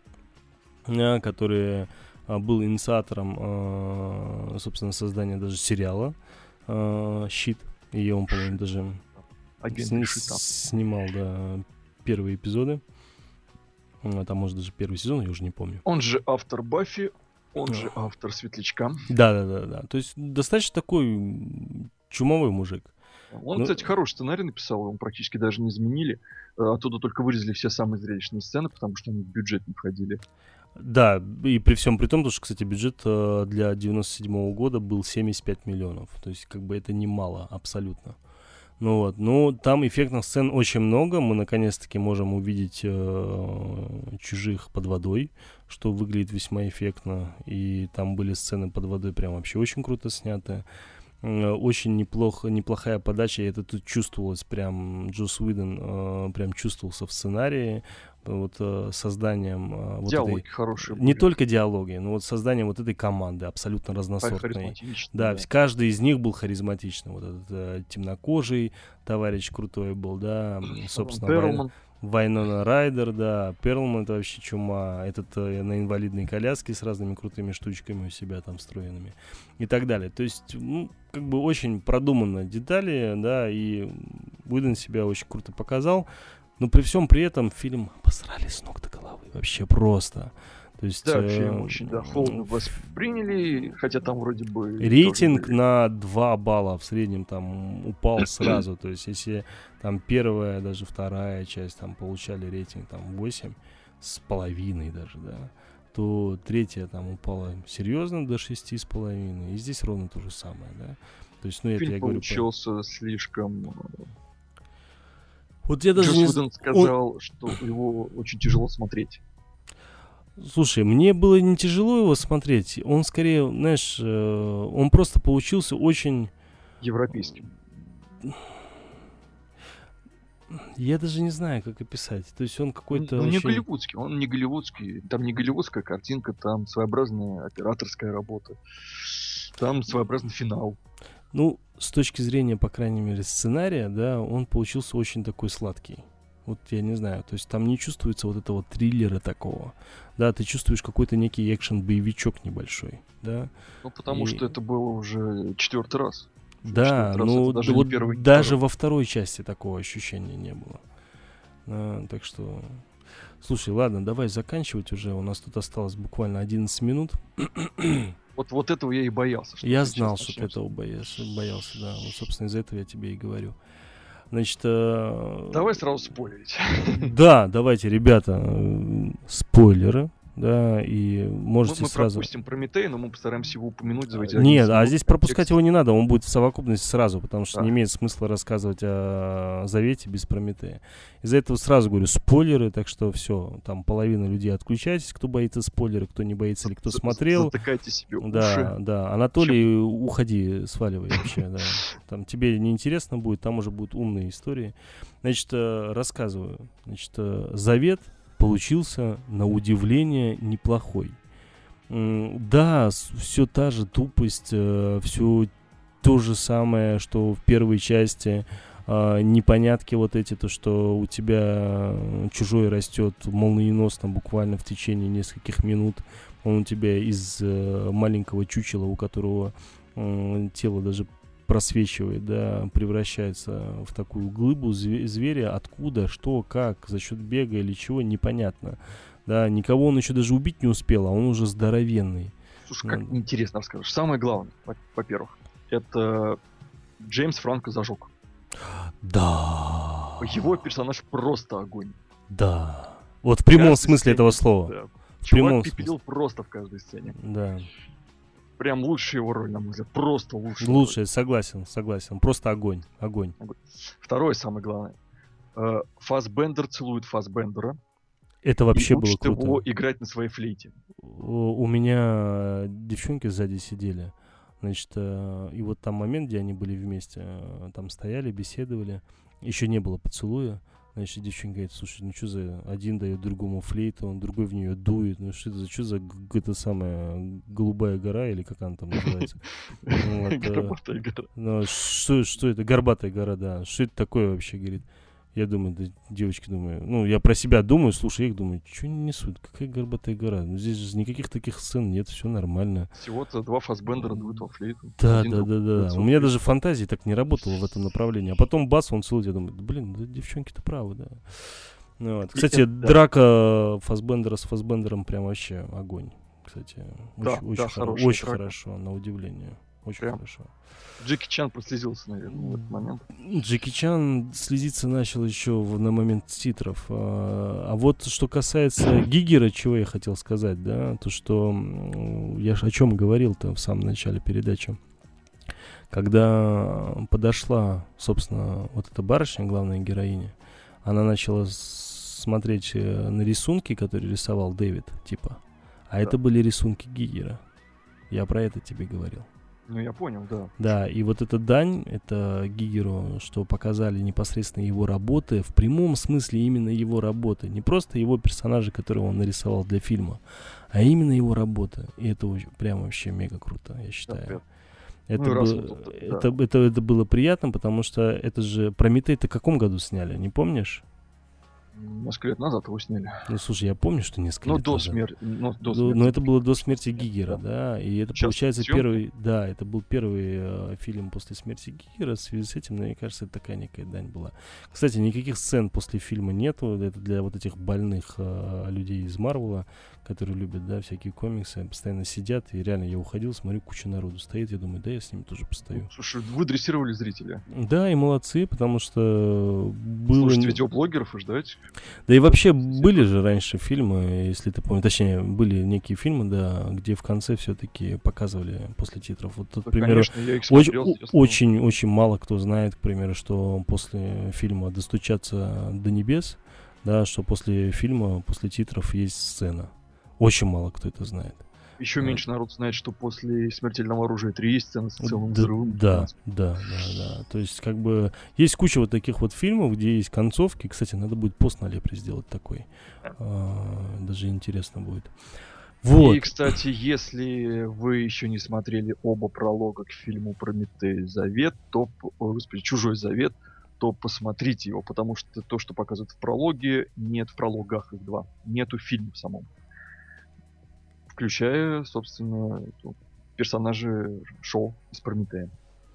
S2: да, который был инициатором, собственно, создания даже сериала «Щит». И он, по-моему, даже сни- снимал, да, первые эпизоды. Там, может, даже первый сезон, я уже не помню.
S3: Он же автор «Баффи», он же автор «Светлячка».
S2: Да-да-да. То есть достаточно такой чумовой мужик.
S3: Он,
S2: ну,
S3: кстати, хороший сценарий написал, его практически даже не изменили. Оттуда только вырезали все самые зрелищные сцены, потому что они в бюджет не входили.
S2: Да, и при всем при том, что, кстати, бюджет э, для девяносто седьмого года был семьдесят пять миллионов. То есть, как бы это немало, абсолютно. Ну вот, ну там эффектных сцен очень много. Мы наконец-таки можем увидеть э, чужих под водой, что выглядит весьма эффектно. И там были сцены под водой прям вообще очень круто сняты. Очень неплохо, неплохая подача, и это тут чувствовалось прям, Джосс Уидон э, прям чувствовался в сценарии, вот э, созданием э, вот
S3: диалоги
S2: этой,
S3: хорошие
S2: не
S3: были.
S2: только диалоги, но вот созданием вот этой команды абсолютно разносортной. Да,
S3: да,
S2: каждый из них был харизматичный, вот этот э, темнокожий товарищ крутой был, да, собственно, Вайн, Вайнона Райдер, да, Перлман — это вообще чума, этот э, на инвалидной коляске с разными крутыми штучками у себя там встроенными и так далее. То есть, ну, как бы очень продуманно детали, да, и Уидон себя очень круто показал, но при всем при этом фильм обосрали с ног до головы, вообще просто. То есть,
S3: да,
S2: э,
S3: фильм очень, да, холодно восприняли, хотя там вроде бы...
S2: Рейтинг на два балла в среднем там упал сразу. То есть, если там первая, даже вторая часть там получали рейтинг там восемь с половиной даже, да, то третья там упала серьезно до шести с половиной. И здесь ровно то же самое, да. То есть, ну, это
S3: фильм
S2: я говорю...
S3: получился по... слишком...
S2: Вот я даже
S3: Джосс
S2: не...
S3: Уидон сказал, Он... что его очень тяжело смотреть.
S2: Слушай, мне было не тяжело его смотреть. Он скорее, знаешь, он просто получился очень...
S3: Европейским.
S2: Я даже не знаю, как описать. То есть он какой-то
S3: Ну,
S2: очень...
S3: не голливудский, он не голливудский. Там не голливудская картинка, там своеобразная операторская работа. Там своеобразный финал.
S2: Ну, с точки зрения, по крайней мере, сценария, да, он получился очень такой сладкий. Вот я не знаю, то есть там не чувствуется вот этого триллера такого. Да, ты чувствуешь какой-то некий экшен-боевичок небольшой, да.
S3: Ну, потому
S2: И...
S3: что это было уже четвертый раз.
S2: Да,
S3: раз
S2: ну
S3: даже,
S2: вот
S3: первый,
S2: даже
S3: второй.
S2: во второй части такого ощущения не было. А, так что... Слушай, ладно, давай заканчивать уже. У нас тут осталось буквально одиннадцать минут.
S3: Вот, вот этого я и боялся. Что
S2: Я знал, что ты этого боялся, боялся, да. Вот, собственно, из-за этого я тебе и говорю. Значит, э...
S3: давай сразу спойлерить.
S2: Да, давайте, ребята, э, спойлеры. да, и можете
S3: мы, мы
S2: сразу...
S3: пропустим Прометей, но мы постараемся его упомянуть за эти
S2: Нет,
S3: одиннадцать
S2: а
S3: минут
S2: здесь
S3: в
S2: пропускать
S3: контексте.
S2: его не надо, он будет в совокупности сразу, потому что
S3: Да.
S2: не имеет смысла рассказывать о Завете без Прометея. Из-за этого сразу говорю, спойлеры, так что все, там половина людей отключайтесь, кто боится спойлеры, кто не боится или кто
S3: За-
S2: смотрел.
S3: Затыкайте себе уши.
S2: Да, да. Анатолий, уходи, сваливай вообще, да. Там тебе неинтересно будет, там уже будут умные истории. Значит, э, рассказываю. Значит, э, Завет получился, на удивление, неплохой. М, Да, все та же тупость, все то же самое, что в первой части. А, непонятки вот эти, то, что у тебя чужой растет молниеносно буквально в течение нескольких минут. Он у тебя из э, маленького чучела, у которого э, тело даже просвечивает, да, превращается в такую глыбу зве- зверя. Откуда, что, как, за счет бега или чего, непонятно. Да, никого он еще даже убить не успел, а он уже здоровенный.
S3: Слушай, как
S2: Ну,
S3: интересно расскажешь. Самое главное, во- во-первых, это Джеймс Франко зажег.
S2: Да.
S3: Его персонаж просто огонь.
S2: Да. Вот в прямом
S3: Каждой
S2: смысле
S3: сцене,
S2: этого слова.
S3: Да.
S2: прямом
S3: Чувак пепелил просто в каждой сцене.
S2: Да.
S3: Прям лучшая его роль, на мой взгляд. Просто лучшая.
S2: Лучшее, согласен, согласен. Просто огонь, огонь.
S3: роль. Второе, самое главное. Э, Фассбендер целует Фассбендера.
S2: Это вообще
S3: и
S2: было
S3: учит
S2: круто.
S3: его играть на своей флейте.
S2: У у меня девчонки сзади сидели. Значит, э, и вот там момент, где они были вместе, э, там стояли, беседовали. Еще не было поцелуя. Значит, девчонка говорит, слушай, ну что за... Один дает другому флейту, он другой в нее дует. Ну что это за... Что за г- это самая голубая гора, или как она там называется? Ну, вот, э,
S3: Горбатая гора.
S2: Ну, что, что это? Горбатая гора, да. Что это такое вообще, говорит? Я думаю, да, девочки, думаю, ну, я про себя думаю, слушай, я их думаю, что они несут, какая горбатая гора? Ну, здесь же никаких таких сцен нет, все нормально.
S3: Всего-то два Фассбендера дуют во флейту.
S2: Да,
S3: Один
S2: да, да,
S3: другой
S2: да.
S3: дует
S2: У
S3: во
S2: меня
S3: флейту.
S2: даже фантазия так не работала в этом направлении. А потом бас, он целует, я думаю, да, блин, да, девчонки-то правы, да. Ну, вот. Кстати,
S3: это да.
S2: драка Фассбендера с Фассбендером прям вообще огонь. Кстати,
S3: Да,
S2: очень, очень,
S3: да,
S2: хоро-
S3: хорошая
S2: очень
S3: драка.
S2: хорошо, на удивление. Очень
S3: Прям.
S2: хорошо.
S3: Джеки Чан прослезился, наверное, в этот момент.
S2: Джеки Чан слезиться начал еще в- на момент титров. А, а вот что касается Гигера, чего я хотел сказать, да, то что м, я ж о чем говорил-то в самом начале передачи. Когда подошла, собственно, вот эта барышня, главная героиня, она начала с- смотреть э, на рисунки, которые рисовал Дэвид, типа. А
S3: Да.
S2: это были рисунки Гигера. Я про это тебе говорил.
S3: Ну, я понял, да.
S2: Да, и вот эта дань, это Гигеру, что показали непосредственно его работы, в прямом смысле именно его работы. Не просто его персонажи, которые он нарисовал для фильма, а именно его работа. И это очень- прям вообще мега круто, я считаю.
S3: приятно.
S2: Это,
S3: Ну и раз
S2: бы-
S3: вот тут, да.
S2: это, это, это было приятно, потому что это же Прометей-то в каком году сняли, не помнишь?
S3: Несколько лет назад его сняли.
S2: Ну, слушай, я помню, что несколько
S3: Ну,
S2: лет
S3: до
S2: назад.
S3: смерти. Ну, до
S2: Ну,
S3: смерти.
S2: но это было до смерти Гигера,
S3: Да.
S2: да, и это
S3: Частные
S2: получается
S3: съемки.
S2: первый, да, это был первый э, фильм после смерти Гигера. В связи с этим, мне кажется, это такая некая дань была. Кстати, никаких сцен после фильма нету. Это для вот этих больных э, людей из Марвела, которые любят, да, всякие комиксы, постоянно сидят, и реально я уходил, смотрю, куча народу стоит, я думаю, да, я с ними тоже постою.
S3: Слушай, вы дрессировали зрителя.
S2: Да, и молодцы, потому что было...
S3: Слушать
S2: не-
S3: видеоблогеров и ждать.
S2: Да и вообще были же раньше фильмы, если ты помнишь, точнее, были некие фильмы, да, где в конце все-таки показывали после титров. Вот, тут, к
S3: Да,
S2: примеру,
S3: конечно, я их
S2: очень,
S3: смотрел,
S2: о-
S3: естественно.
S2: очень, очень мало кто знает, к примеру, что после фильма «Достучаться до небес», да, что после фильма, после титров есть сцена. Очень мало кто это знает.
S3: Еще
S2: Да.
S3: меньше народ знает, что после «Смертельного оружия три» есть сцена с целым
S2: Да,
S3: взрывом.
S2: да, да, да, да. То есть, как бы, есть куча вот таких вот фильмов, где есть концовки. Кстати, надо будет пост на Лепре сделать такой. А, даже интересно будет. Вот.
S3: И, кстати, если вы еще не смотрели оба пролога к фильму «Прометей. Завет», то, п- о, господи, «Чужой завет», то посмотрите его, потому что то, что показывают в прологе, нет в прологах их два. Нету фильма в самом. Включая, собственно, эту- персонажи шоу из «Прометея».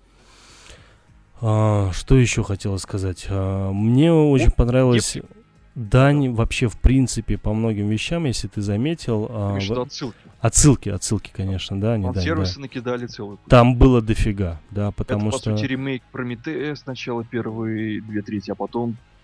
S2: А, что еще хотела сказать? А, мне очень понравилась дань вообще, в принципе, по многим вещам, если ты заметил. а,
S3: Имеешь в виду
S2: в-
S3: отсылки.
S2: Отсылки, отсылки, конечно, да, не дань, да.
S3: Фан-сервисы накидали целую. кучу.
S2: Там было дофига, да, потому
S3: Это, по
S2: что...
S3: сути, ремейк Прометея. Сначала первые две трети, а потом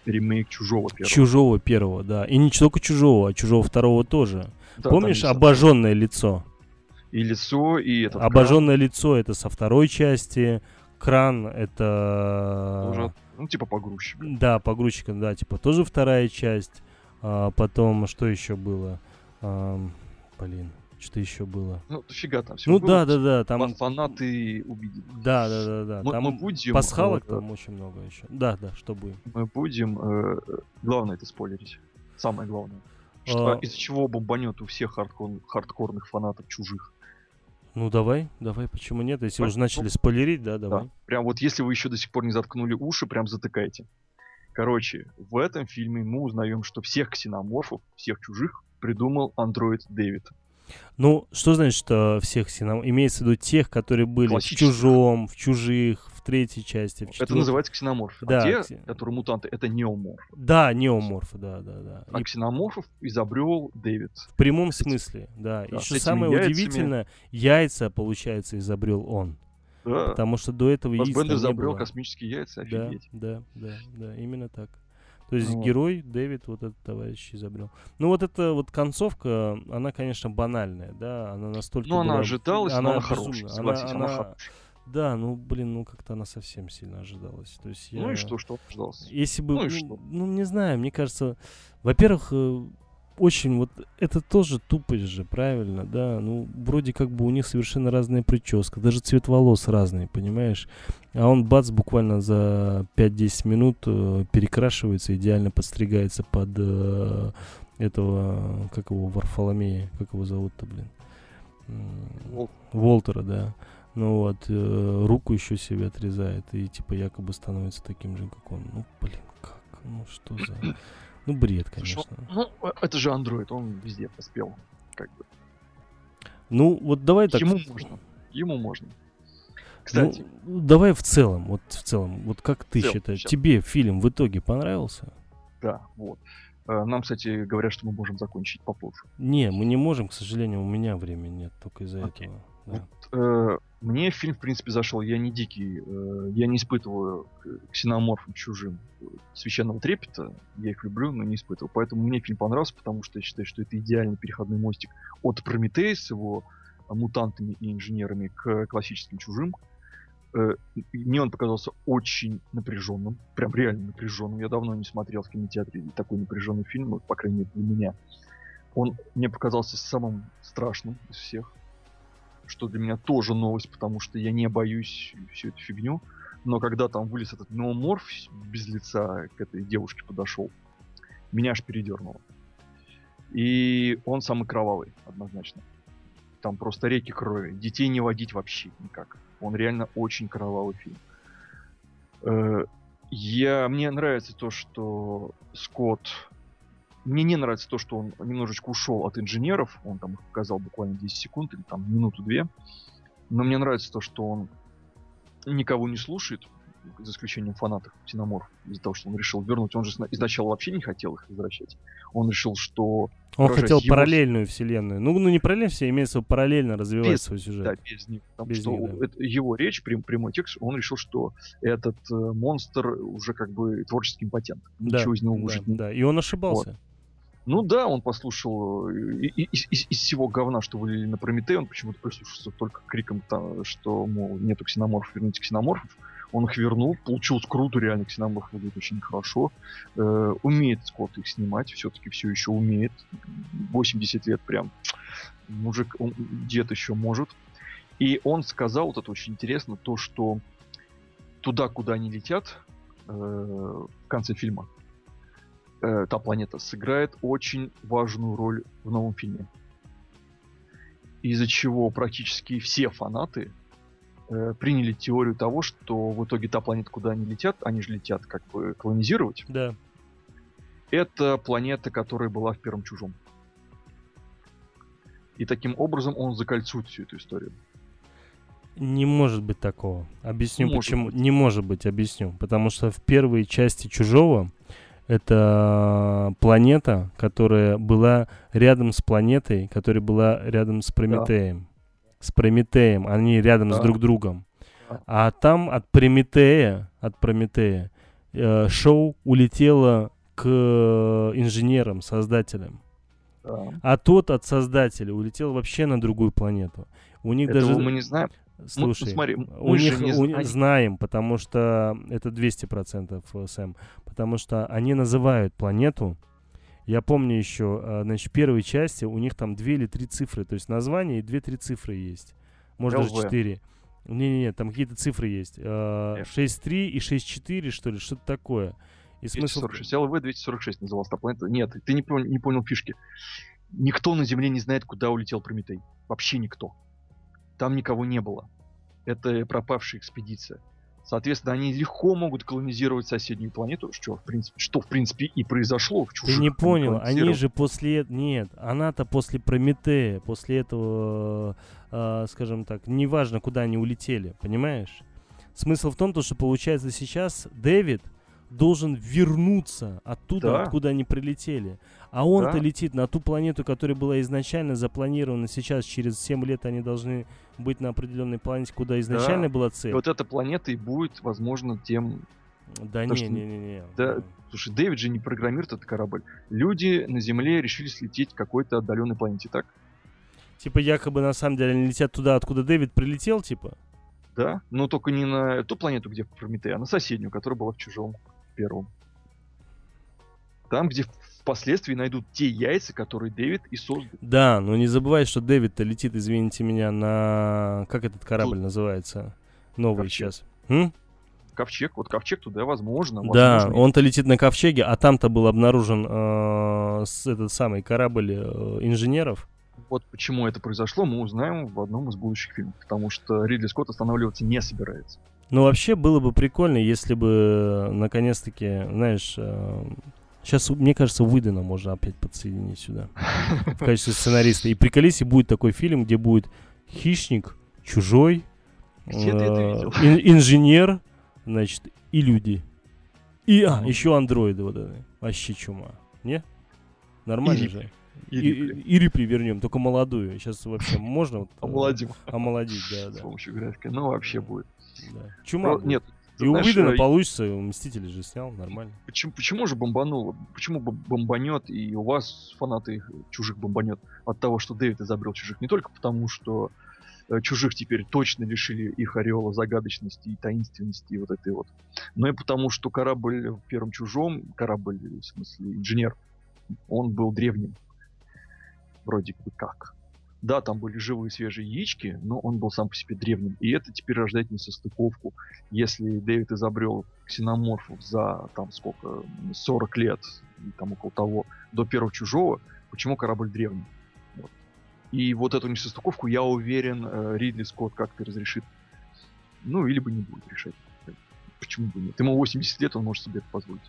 S3: ремейк «Чужого» первого.
S2: Чужого первого, да. И не только Чужого, а Чужого второго тоже.
S3: Да,
S2: Помнишь
S3: там есть
S2: обожженное лицо?
S3: И лицо, и этот
S2: Обожженное лицо это со второй части. Кран
S3: кран
S2: это...
S3: уже, ну, типа погрузчика.
S2: Да, погрузчика, да, типа тоже вторая часть. А, потом, что еще было? А, блин, что еще было?
S3: Ну, дофига там всего
S2: Ну
S3: было.
S2: да, да, да, там...
S3: Фан- Фанаты увидели.
S2: Да, да, да, да.
S3: Мы-
S2: Там
S3: мы будем,
S2: пасхалок
S3: э,
S2: там очень много еще. Да, да, что будет.
S3: Мы будем... э, главное это спойлерить. Самое главное. Что,
S2: А.
S3: из-за чего бомбанет у всех хардкор- хардкорных фанатов «Чужих».
S2: Ну давай, давай, почему нет? Если
S3: Пон-
S2: уже начали
S3: ну,
S2: спойлерить, да, давай.
S3: Да. Прям вот если вы еще до сих пор не заткнули уши, прям затыкайте. Короче, в этом фильме мы узнаем, что всех ксеноморфов, всех «Чужих» придумал андроид Дэвид.
S2: Ну, что значит, что всех ксеноморфов? Имеется в виду тех, которые были в
S3: Классических.
S2: «Чужом», в «Чужих», в третьей части, в
S3: Это
S2: четвертой.
S3: называется ксеноморф.
S2: Да,
S3: А те,
S2: ксе-
S3: которые мутанты, это неоморф.
S2: Да, неоморфы, да, да, да.
S3: А
S2: И
S3: ксеноморфов изобрел Дэвид.
S2: в прямом
S3: с этим-
S2: смысле, да.
S3: да,
S2: И
S3: с
S2: что
S3: этими
S2: самое
S3: яйцами.
S2: удивительное, яйца, получается, изобрел он.
S3: Да.
S2: Потому что до этого яиц
S3: Фассбендер
S2: там не
S3: изобрел
S2: было.
S3: космические яйца,
S2: Да,
S3: офигеть.
S2: да, да, да, именно так. То есть
S3: Вот.
S2: герой Дэвид, вот этот товарищ изобрел. Ну вот эта вот концовка, она, конечно, банальная, да, она настолько
S3: Ну, она
S2: была-
S3: ожидалась, но
S2: она
S3: она
S2: безумная.
S3: хорошая,
S2: Она-
S3: согласись, она
S2: она-
S3: хорошая.
S2: Да, ну, блин, ну как-то она совсем сильно ожидалась. То есть я...
S3: Ну и что, что ожидался?
S2: Если бы,
S3: Ну и
S2: ну,
S3: что?
S2: ну, не знаю, мне кажется, во-первых, э, очень вот это тоже тупость же, правильно, да, ну, вроде как бы у них совершенно разная прическа, даже цвет волос разный, понимаешь, а он, бац, буквально за пять-десять минут э, перекрашивается, идеально подстригается под э, этого, как его, Варфоломея, как его зовут-то, блин? М,
S3: Волк.
S2: Волтера, да. Ну вот, э, руку еще себе отрезает и типа якобы становится таким же, как он. Ну, блин, как? Ну, что за... Ну, бред,
S3: Слушай,
S2: конечно.
S3: Ну, э, это же андроид, он везде поспел. Как бы.
S2: Ну, вот давай так...
S3: Ему можно. Ему можно. Кстати,
S2: Ну, давай в целом, вот в целом, вот как ты
S3: В целом,
S2: считаешь,
S3: всё.
S2: тебе фильм в итоге понравился?
S3: да, вот. Э, Нам, кстати, говорят, что мы можем закончить попозже.
S2: Не, мы не можем, к сожалению, у меня времени нет, только из-за
S3: Окей.
S2: этого. Да.
S3: Э, Мне фильм, в принципе, зашел. Я не дикий, э, я не испытываю к ксеноморфам чужим э, священного трепета. Я их люблю, но не испытываю. Поэтому мне фильм понравился, потому что я считаю, что это идеальный переходной мостик от Прометея с его э, мутантами и инженерами к классическим чужим. Э, и Мне он показался очень напряженным, прям реально напряженным. Я давно не смотрел в кинотеатре такой напряженный фильм, по крайней мере для меня. Он мне показался самым страшным из всех, что для меня тоже новость, потому что я не боюсь всю эту фигню. Но когда там вылез этот неоморф без лица к этой девушке подошел, меня аж передернуло. И он самый кровавый, однозначно. Там просто реки крови. Детей не водить вообще никак. Он реально очень кровавый фильм. Э, Я, мне нравится то, что Скотт... Мне не нравится то, что он немножечко ушел от инженеров. Он там их показал буквально десять секунд или там минуту-две. Но мне нравится то, что он никого не слушает, за исключением фанатов Ксеноморф, из-за того, что он решил вернуть. Он же сна- изначально вообще не хотел их возвращать. Он решил, что...
S2: Он
S3: выражать
S2: хотел
S3: его-
S2: параллельную вселенную. Ну, ну не параллельно все, имеется в виду параллельно развивать
S3: Без-
S2: свой сюжет.
S3: Да, без них. Потому
S2: Без
S3: что
S2: них, да.
S3: это его речь, прям, прямой текст, он решил, что этот э, монстр уже как бы творческий импотент.
S2: Да,
S3: Ничего из него
S2: да,
S3: выжить не
S2: да. И он ошибался.
S3: Ну да, он послушал э, и- и- из, из- из всего говна, что вылили на Прометей, он почему-то прислушался только к крикам, та- что, мол, нету ксеноморфов, верните ксеноморфов. Он их вернул, получилось круто, реально ксеноморф выглядит очень хорошо. Э, умеет Скотт их снимать, все-таки все еще умеет. восемьдесят лет прям. Мужик, он, дед еще может. И он сказал, вот это очень интересно, то, что туда, куда они летят э, в конце фильма, э, та планета сыграет очень важную роль в новом фильме. Из-за чего практически все фанаты э, приняли теорию того, что в итоге та планета, куда они летят, они же летят как бы колонизировать,
S2: Да.
S3: это планета, которая была в первом Чужом. И таким образом он закольцует всю эту историю.
S2: Не может быть такого. Объясню
S3: Может
S2: почему.
S3: быть.
S2: Не может быть, объясню. Потому что в первой части Чужого это планета, которая была рядом с планетой, которая была рядом с Прометеем. С Прометеем. Они рядом с
S3: Да.
S2: друг другом.
S3: Да.
S2: А там от Прометея, от Прометея э, шоу улетело к инженерам, создателям.
S3: Да.
S2: А тот от создателя улетел вообще на другую планету. У них
S3: Этого
S2: даже...
S3: мы не знаем.
S2: Слушай,
S3: ну, смотри,
S2: у
S3: мы же
S2: них
S3: не
S2: у-
S3: знаем.
S2: знаем, потому что это двести процентов, э, Сэм, потому что они называют планету. Я помню еще, э, значит, в первой части у них там две или три цифры, то есть название и две-три цифры есть. Может, даже
S3: эл вэ.
S2: четыре. Не-не-не, там какие-то цифры есть. Э,
S3: F.
S2: шесть три и шесть четыре, что ли, что-то такое. И
S3: двести
S2: смысл...
S3: сорок шесть. эл вэ двести сорок шесть называлась та планета. Нет, ты не, пон- не понял фишки. Никто на Земле не знает, куда улетел Прометей. Вообще никто. Там никого не было. Это пропавшая экспедиция. Соответственно, они легко могут колонизировать соседнюю планету, что в принципе, что, в принципе и произошло в чужих.
S2: Ты не понял, они
S3: колонизировали.
S2: же после... Нет, она-то после Прометея, после этого, э, скажем так, неважно, куда они улетели, понимаешь? Смысл в том, то, что получается сейчас Дэвид должен вернуться оттуда,
S3: Да.
S2: откуда они прилетели. А он-то
S3: Да.
S2: летит на ту планету, которая была изначально запланирована. Сейчас, через семь лет, они должны быть на определенной планете, куда изначально была
S3: И
S2: цель.
S3: вот эта планета и будет, возможно, тем...
S2: Да
S3: то, что-
S2: не-не-не.
S3: Да, слушай, Дэвид же не программирует этот корабль. Люди на Земле решили слететь к какой-то отдаленной планете, так?
S2: Типа якобы на самом деле они летят туда, откуда Дэвид прилетел, типа?
S3: Да? Но только не на ту планету, где Прометей, а на соседнюю, которая была в чужом первом. Там, где впоследствии найдут те яйца, которые Дэвид и создал.
S2: Да, но не забывай, что Дэвид-то летит, извините меня, на... Как этот корабль называется? Новый
S3: Ковчег.
S2: сейчас. М?
S3: Ковчег, вот ковчег туда, возможно.
S2: Да,
S3: возможно,
S2: он-то летит на ковчеге, а там-то был обнаружен э, с- этот самый корабль э, инженеров.
S3: Вот почему это произошло, мы узнаем в одном из будущих фильмов. Потому что Ридли Скотт останавливаться не собирается.
S2: Ну, вообще, было бы прикольно, если бы, э, наконец-таки, знаешь... Сейчас, мне кажется, Уидона можно опять подсоединить сюда в качестве сценариста. И приколись, и будет такой фильм, где будет хищник, чужой,
S3: Где ты это
S2: э,
S3: видел?
S2: ин- инженер, значит, и люди. И, а,
S3: Ну.
S2: еще андроиды вот это. Вообще чума. Не? Нормально
S3: И
S2: же.
S3: И
S2: И,
S3: Рипли.
S2: и Рипли вернем, только молодую. Сейчас вообще можно вот, э,
S3: Омолодим
S2: омолодить, да,
S3: с
S2: да.
S3: помощью графика. Ну, вообще будет.
S2: да. Чума
S3: Про-
S2: будет.
S3: Нет.
S2: И у
S3: знаешь,
S2: Уидона
S3: э,
S2: получится, Мстители же снял, нормально.
S3: Почему, почему же бомбануло? Почему бом- бомбанет и у вас фанаты чужих бомбанет от того, что Дэвид изобрел чужих? Не только потому, что э, чужих теперь точно лишили их ореола загадочности и таинственности и вот этой вот, но и потому, что корабль в первом чужом, корабль, в смысле инженер, он был древним. Вроде бы как. Да, там были живые свежие яички, но он был сам по себе древним. И это теперь рождает несостыковку. Если Дэвид изобрел ксеноморфов за там сколько, сорок лет, и там около того, до первого чужого, почему корабль древний? Вот. И вот эту несостыковку, я уверен, э, Ридли Скотт как-то разрешит. Ну, или бы не будет решать. Почему бы нет? Ему восемьдесят лет, он может себе это позволить.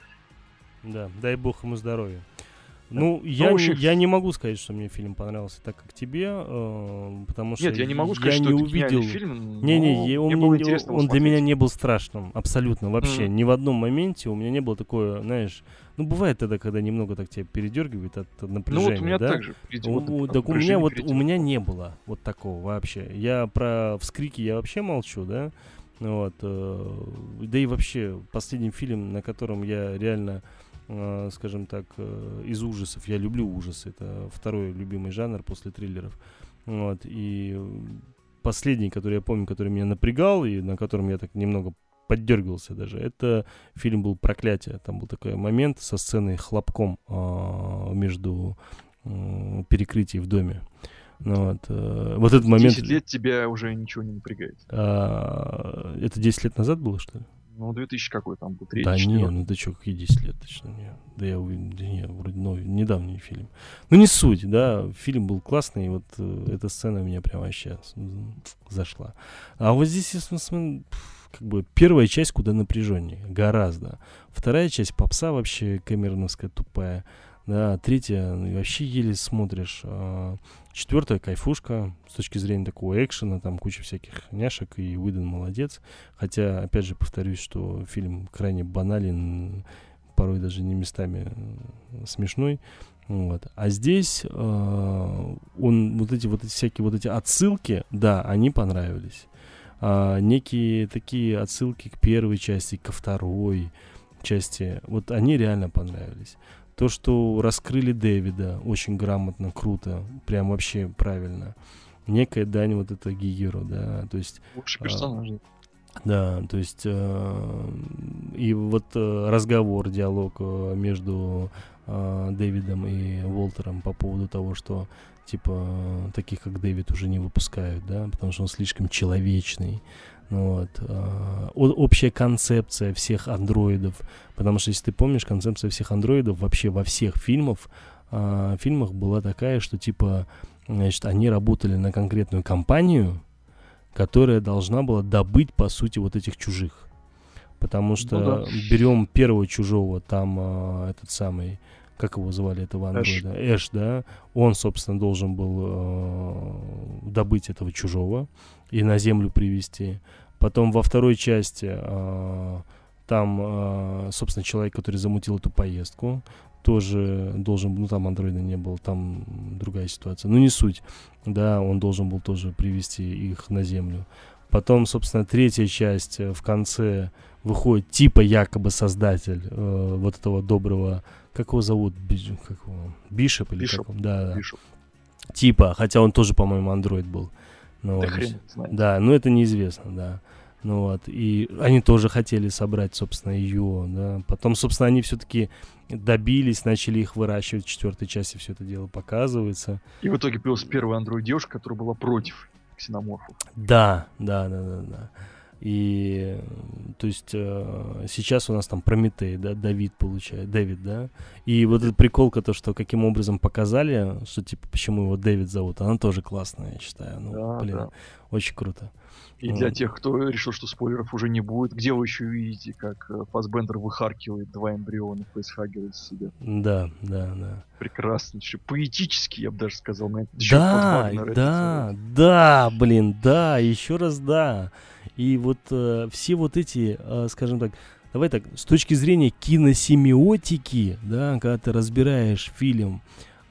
S2: Да, дай бог ему здоровья. Ну, я,
S3: Ну,
S2: не,
S3: вообще-
S2: я не могу сказать, что мне фильм понравился так, как тебе, э, потому что
S3: Нет, я не могу сказать,
S2: я
S3: что
S2: не
S3: это гениальный
S2: увидел.
S3: фильм.
S2: Не-не,
S3: но
S2: я- он,
S3: мне
S2: мне
S3: было
S2: не-
S3: интересно его
S2: он для меня
S3: смотреть.
S2: не был страшным, абсолютно, вообще.
S3: Мгм.
S2: Ни в одном моменте у меня не было такое, знаешь, ну, бывает тогда, когда немного так тебя передергивает от, от
S3: Ну
S2: напряжения,
S3: вот у меня
S2: да?
S3: так же. видимо,
S2: У-
S3: вот
S2: так у меня
S3: напряжение
S2: вот
S3: перед
S2: у
S3: тем.
S2: меня не было вот такого вообще. Я про вскрики я вообще молчу, да. Вот, э, да и вообще последний фильм, на котором я реально, э, скажем так, э, из ужасов. Я люблю ужасы. Это второй любимый жанр после триллеров. Вот, и последний, который я помню, который меня напрягал и на котором я так немного поддергивался даже, это фильм был «Проклятие». Там был такой момент со сценой хлопком э, между э, перекрытий в доме. Ну, вот, э, вот этот момент...
S3: десять лет тебя уже ничего не напрягает.
S2: а, это десять лет назад было, что ли?
S3: Ну, две тысячи какой там был, третий,
S2: Да не,
S3: четвёртый.
S2: ну ты чё, какие десять лет, точно не. Да я уверен, да не, вроде новый, недавний фильм. Ну не суть, да, фильм был классный, и вот э, эта сцена меня прям вообще с- м, зашла. А вот здесь, я смотрю, как бы первая часть куда напряженнее, гораздо. Вторая часть попса вообще камерновская тупая. Да, третья, ну, и вообще еле смотришь. А, четвертая кайфушка с точки зрения такого экшена, там куча всяких няшек, и Уидон молодец. Хотя, опять же, повторюсь, что фильм крайне банален, порой даже не местами м, смешной. Вот. А здесь а, он, вот эти вот эти всякие вот эти отсылки, да, они понравились. а, некие такие отсылки к первой части, ко второй части, вот они реально понравились. То, что раскрыли Дэвида очень грамотно, круто, прям вообще правильно. Некая дань вот это Гигеру, да, то есть...
S3: Лучший персонаж.
S2: А, да, то есть э, и вот э, разговор, диалог э, между э, Дэвидом и Уолтером по поводу того, что типа таких как Дэвид уже не выпускают, да, потому что он слишком человечный. Вот. Э, общая концепция всех андроидов, потому что если ты помнишь, концепция всех андроидов вообще во всех фильмах, э, фильмах была такая, что типа, значит, они работали на конкретную компанию, которая должна была добыть, по сути, вот этих чужих. Потому что
S3: Ну да.
S2: берем первого чужого, там э, этот самый, как его звали, этого андроида? Эш, да? Он, собственно, должен был э, добыть этого чужого и на Землю привезти. Потом во второй части э, там, э, собственно, человек, который замутил эту поездку, тоже должен, ну там андроида не было, там другая ситуация, ну не суть, да, он должен был тоже привести их на Землю. Потом, собственно, третья часть в конце выходит типа якобы создатель э, вот этого доброго, как его зовут, Би, как его? Бишоп или
S3: Бишоп.
S2: как он? Да, да.
S3: Бишоп.
S2: Типа, хотя он тоже, по-моему, андроид был. Ну,
S3: Да
S2: вот.
S3: хрен знает.
S2: Да, но это неизвестно, да. Ну вот, и они тоже хотели собрать, собственно, ее, да. Потом, собственно, они все-таки добились, начали их выращивать. В четвертой части все это дело показывается.
S3: И в итоге появилась первая андроид-девушка, которая была против ксеноморфов.
S2: Да, да, да, да, да. И, то есть, э, сейчас у нас там Прометей, да, Давид получает, Дэвид, да. И вот этот приколка, то, что каким образом показали, что, типа, почему его Дэвид зовут, она тоже классная, я считаю. Ну,
S3: Да,
S2: блин,
S3: да.
S2: очень круто.
S3: И
S2: Ну.
S3: для тех, кто решил, что спойлеров уже не будет, где вы еще видите, как э, Фассбендер выхаркивает два эмбриона фейсхаггера из себя?
S2: Да, да, да.
S3: Прекрасно, еще поэтически, я бы даже сказал. На это еще под
S2: Да,
S3: Вагнера это
S2: да,
S3: делает.
S2: да, блин, да, еще раз да. И вот э, все вот эти, э, скажем так, давай так, с точки зрения киносемиотики, да, когда ты разбираешь фильм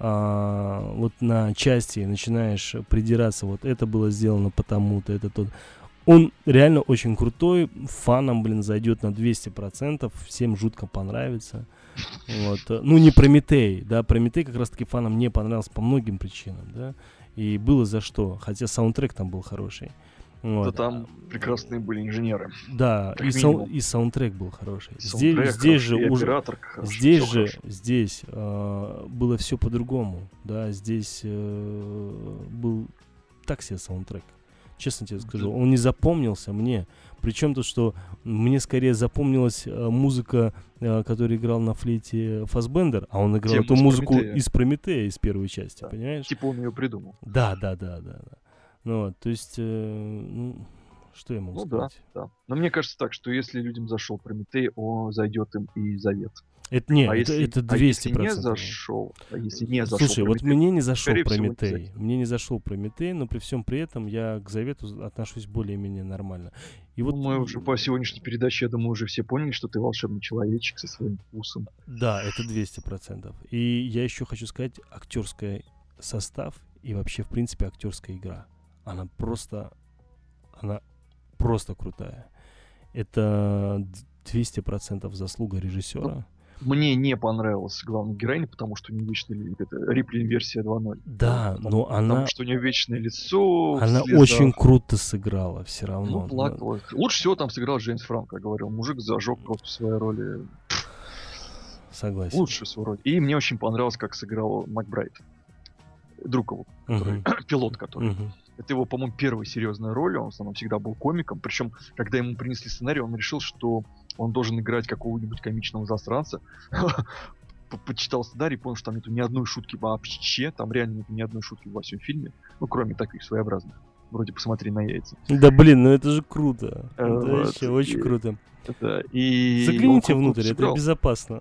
S2: э, вот на части, начинаешь придираться, вот это было сделано потому-то, это тот. Он реально очень крутой, фанам, блин, зайдет на двести процентов, всем жутко понравится. Вот. Ну, не Прометей, да, Прометей как раз-таки фанам не понравился по многим причинам, да, и было за что, хотя саундтрек там был хороший. Вот.
S3: Да там прекрасные были инженеры.
S2: Да,
S3: как
S2: и, сау-
S3: минимум.
S2: и саундтрек был хороший.
S3: И
S2: Здесь,
S3: саундтрек
S2: здесь
S3: хороший,
S2: же
S3: и
S2: уже,
S3: оператор хороший,
S2: здесь
S3: всё
S2: же,
S3: хорошо.
S2: здесь э, было все по-другому, да, здесь э, был так себе саундтрек. Честно тебе скажу, он не запомнился мне. Причем то, что мне скорее запомнилась э, музыка, э, которую играл на флейте Фассбендер, а он играл
S3: Тема
S2: эту
S3: из
S2: музыку
S3: Прометея.
S2: из Прометея, из первой части,
S3: Да.
S2: понимаешь?
S3: Типа он ее придумал.
S2: Да, да, да, да, да. Ну вот, то есть, э, ну, что я могу
S3: Ну да,
S2: сказать?
S3: да. Но мне кажется так, что если людям зашел Прометей, он зайдет им и Завет.
S2: Это не,
S3: а,
S2: это,
S3: если,
S2: это
S3: а
S2: двести
S3: если не
S2: процентов.
S3: зашел, а если не зашел
S2: Слушай, вот
S3: Прометей,
S2: мне не зашел
S3: скорее всего, не
S2: Прометей.
S3: зайдет.
S2: Мне не зашел Прометей, но при всем при этом я к Завету отношусь более-менее нормально. И вот
S3: ну, мы уже по сегодняшней передаче, я думаю, уже все поняли, что ты волшебный человечек со своим вкусом.
S2: да, это двести процентов. И я еще хочу сказать, актерский состав и вообще, в принципе, актерская игра. Она просто, она просто крутая. Это двести процентов заслуга режиссера.
S3: Мне не понравилась главная героиня, потому что у нее вечная ли- это Рипли версия два ноль.
S2: Да,
S3: Потому-
S2: но
S3: Потому
S2: она,
S3: что у нее вечное лицо. в
S2: она
S3: слезах.
S2: очень круто сыграла все равно.
S3: Ну, плакала. Лучше всего там сыграл Джеймс Франко, как говорил. Мужик зажег просто в своей роли.
S2: Согласен.
S3: Лучше свою роль. И мне очень понравилось, как сыграл Макбрайт. Друг его, который,
S2: Мгм.
S3: пилот который.
S2: Мгм.
S3: Это его, по-моему, первая серьезная роль. Он в основном всегда был комиком. Причем, когда ему принесли сценарий, он решил, что он должен играть какого-нибудь комичного засранца. П- Почитал сценарий, понял, что там нету ни одной шутки вообще. Там реально нету ни одной шутки во всем фильме. Ну, кроме таких своеобразных. Вроде «Посмотри на яйца».
S2: Да блин, ну это же круто.
S3: Э,
S2: Это
S3: вот,
S2: вообще очень
S3: и-
S2: круто.
S3: Да, и
S2: Загляните
S3: он
S2: внутрь,
S3: круто
S2: это
S3: сыграл.
S2: безопасно.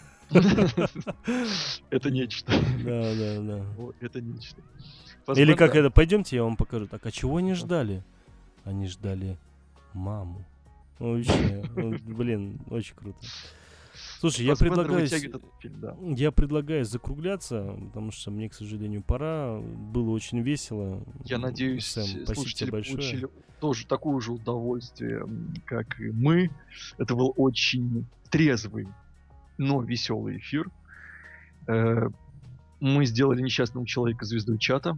S3: Это нечто.
S2: Да, да, да.
S3: Вот, это нечто.
S2: Или как
S3: Фассбендер-
S2: это, пойдемте, я вам покажу. Так, а чего они ждали? Они ждали маму. Ну, вообще, ну, блин, очень круто. Слушай, я
S3: Фассбендер
S2: предлагаю, с-
S3: вытягивает этот фильм, да.
S2: я предлагаю закругляться, потому что мне, к сожалению, пора. Было очень весело.
S3: Я надеюсь,
S2: Сэм, спасибо
S3: слушатели
S2: тебе большое.
S3: получили тоже такое же удовольствие, м, как и мы. Это был очень трезвый, но веселый эфир. Э, Мы сделали несчастного человека звездой чата.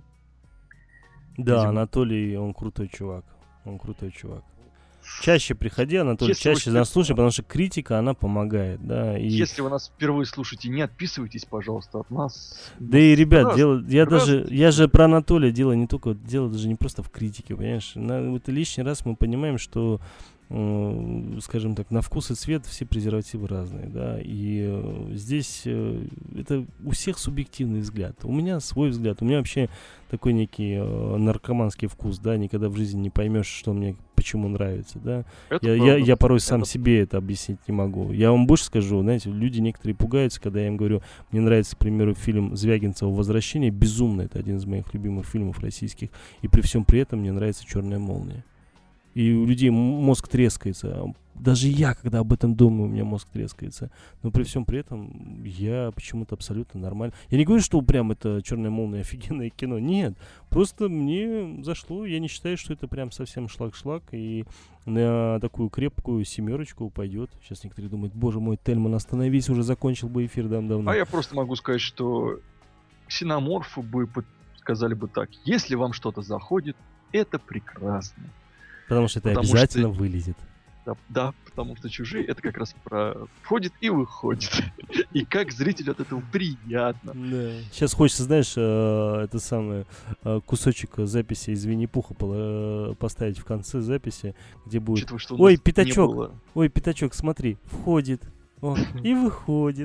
S2: Да,
S3: Видимо.
S2: Анатолий, он крутой чувак. Он крутой чувак. Чаще приходи, Анатолий,
S3: Если вы
S2: чаще
S3: впер-
S2: нас слушай, потому что критика, она помогает, да. И...
S3: Если вы нас впервые слушаете, не отписывайтесь, пожалуйста, от нас.
S2: Да и, ребят,
S3: Раз-
S2: дело, я
S3: раз-
S2: даже, я же про Анатолия, дело не только, дело даже не просто в критике, понимаешь? На, это лишний раз мы понимаем, что, э, скажем так, на вкус и цвет все презервативы разные, да, и э, здесь э, это у всех субъективный взгляд. У меня свой взгляд, у меня вообще такой некий э, наркоманский вкус, да, никогда в жизни не поймешь, что мне, почему нравится, да.
S3: Это
S2: Я, я,
S3: правда.
S2: я порой сам
S3: Это-
S2: себе это объяснить не могу. Я вам больше скажу, знаете, люди некоторые пугаются, когда я им говорю, мне нравится, к примеру, фильм Звягинцева «Возвращение». Безумно, это один из моих любимых фильмов российских. И при всем при этом мне нравится «Черная молния». И у людей м- мозг трескается. Даже я, когда об этом думаю, у меня мозг трескается. Но при всем при этом я почему-то абсолютно нормально. Я не говорю, что прям это «Черная молния» офигенное кино. Нет. Просто мне зашло. Я не считаю, что это прям совсем шлак-шлак. И на такую крепкую семерочку пойдет. Сейчас некоторые думают, боже мой, Тельман, остановись, уже закончил бы эфир давно.
S3: А я просто могу сказать, что ксеноморфы бы под- сказали бы так: если вам что-то заходит, это прекрасно.
S2: Потому что это
S3: потому что-
S2: обязательно вылезет.
S3: Да, да, потому что чужие это как раз про входит и выходит. И как зрителю от этого приятно.
S2: Да. Сейчас хочется, знаешь, э, это самое, э, кусочек записи из Винни-Пуха пола- э, поставить в конце записи, где будет:
S3: Учитывая, что у
S2: Ой,
S3: нас не
S2: пятачок.
S3: было.
S2: ой, пятачок, смотри, входит, о, и выходит.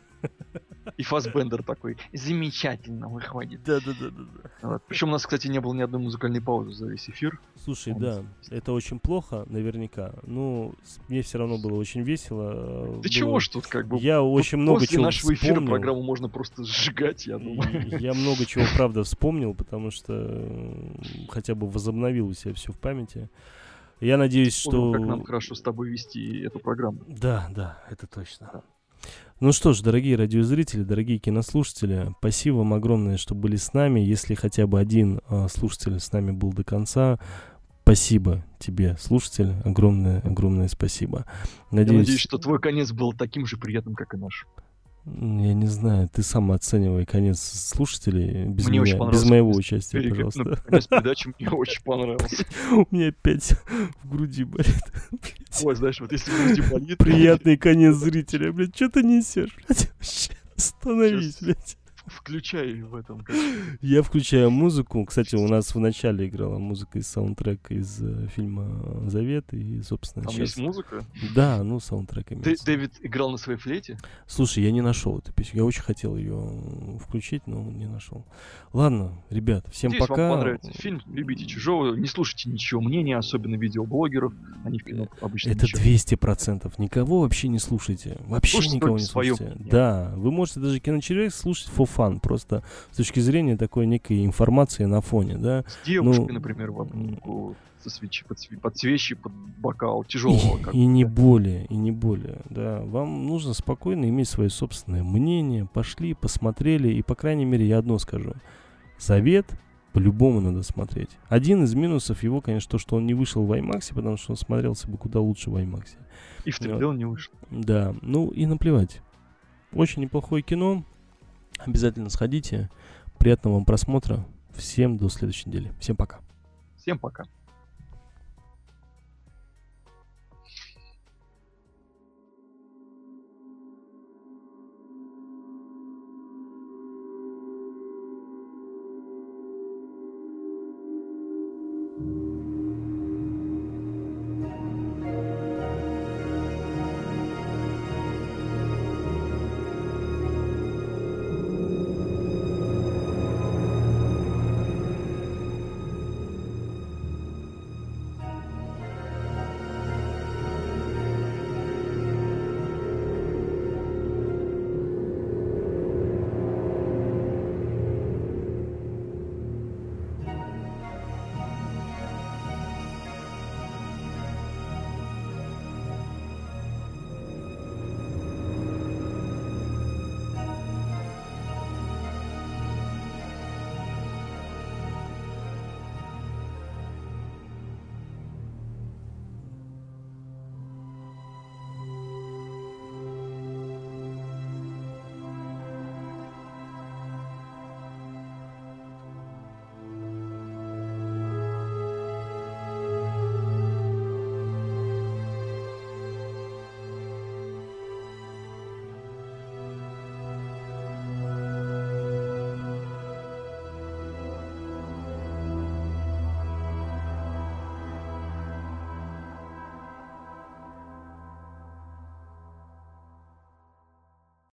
S3: И Фассбендер такой замечательно выходит.
S2: Да-да-да.
S3: Причем у нас, кстати, не было ни одной музыкальной паузы за весь эфир.
S2: Слушай,
S3: Он
S2: да,
S3: здесь.
S2: это очень плохо, наверняка. Но с- мне все равно было очень весело. э,
S3: Да
S2: было-
S3: чего ж тут как бы.
S2: Я очень много
S3: После
S2: чего
S3: нашего эфира
S2: вспомнил.
S3: программу можно просто сжигать, я думаю.
S2: И Я много чего, правда, вспомнил, потому что э, хотя бы возобновил у себя все в памяти. Я надеюсь,
S3: Вспомнил,
S2: что...
S3: как нам хорошо с тобой вести эту программу.
S2: Да, да, это точно. Ну что ж, дорогие радиозрители, дорогие кинослушатели, спасибо вам огромное, что были с нами. Если хотя бы один э, слушатель с нами был до конца, спасибо тебе, слушатель, огромное, огромное спасибо.
S3: Я
S2: Надеюсь,
S3: надеюсь, что твой конец был таким же приятным, как и наш.
S2: м, я не знаю, ты сам оценивай конец слушателей без,
S3: Мне очень
S2: меня, без
S3: понравился
S2: моего
S3: конец
S2: участия,
S3: Перек-
S2: пожалуйста.
S3: ну, конец передачи мне очень понравился.
S2: У меня опять в груди болит. Блядь.
S3: Ой, знаешь, вот если в груди болит...
S2: Приятный конец зрителя, блядь, что ты несешь, блядь, вообще? Остановись,
S3: Сейчас.
S2: блядь.
S3: Включай в этом. как-
S2: Я включаю музыку. Кстати, у нас в начале играла музыка из саундтрека из э, фильма «Завет». И, собственно,
S3: Там
S2: сейчас...
S3: есть музыка.
S2: Да, ну, саундтрек
S3: Дэ-
S2: имеется.
S3: Дэвид играл на своей флейте.
S2: Слушай, я не нашел эту песню. Я очень хотел ее включить, но не нашел. Ладно, ребят, всем
S3: Надеюсь,
S2: пока.
S3: вам понравится фильм. Любите чужого. Не слушайте ничего мнения, особенно видеоблогеров. Они в кино обычно
S2: Это
S3: ничего.
S2: двести процентов. Никого вообще не слушайте. Вообще
S3: Слушайте
S2: никого
S3: только
S2: не
S3: своё
S2: слушайте.
S3: мнение.
S2: Да, вы можете даже киночеловек слушать for fun, просто с точки зрения такой некой информации на фоне, да.
S3: С девушкой,
S2: ну,
S3: например, в обнимку, со свечи, под, све- под свечи, под бокал тяжелого.
S2: И, и не более, и не более, да. Вам нужно спокойно иметь свое собственное мнение. Пошли, посмотрели, и, по крайней мере, я одно скажу. «Завет» по-любому надо смотреть. Один из минусов его, конечно, то, что он не вышел в IMAX, потому что он смотрелся бы куда лучше в IMAX.
S3: И в три дэ он не вышел.
S2: Да, ну и наплевать. Очень неплохое кино. Обязательно сходите. Приятного вам просмотра. Всем до следующей недели. Всем пока.
S3: Всем пока.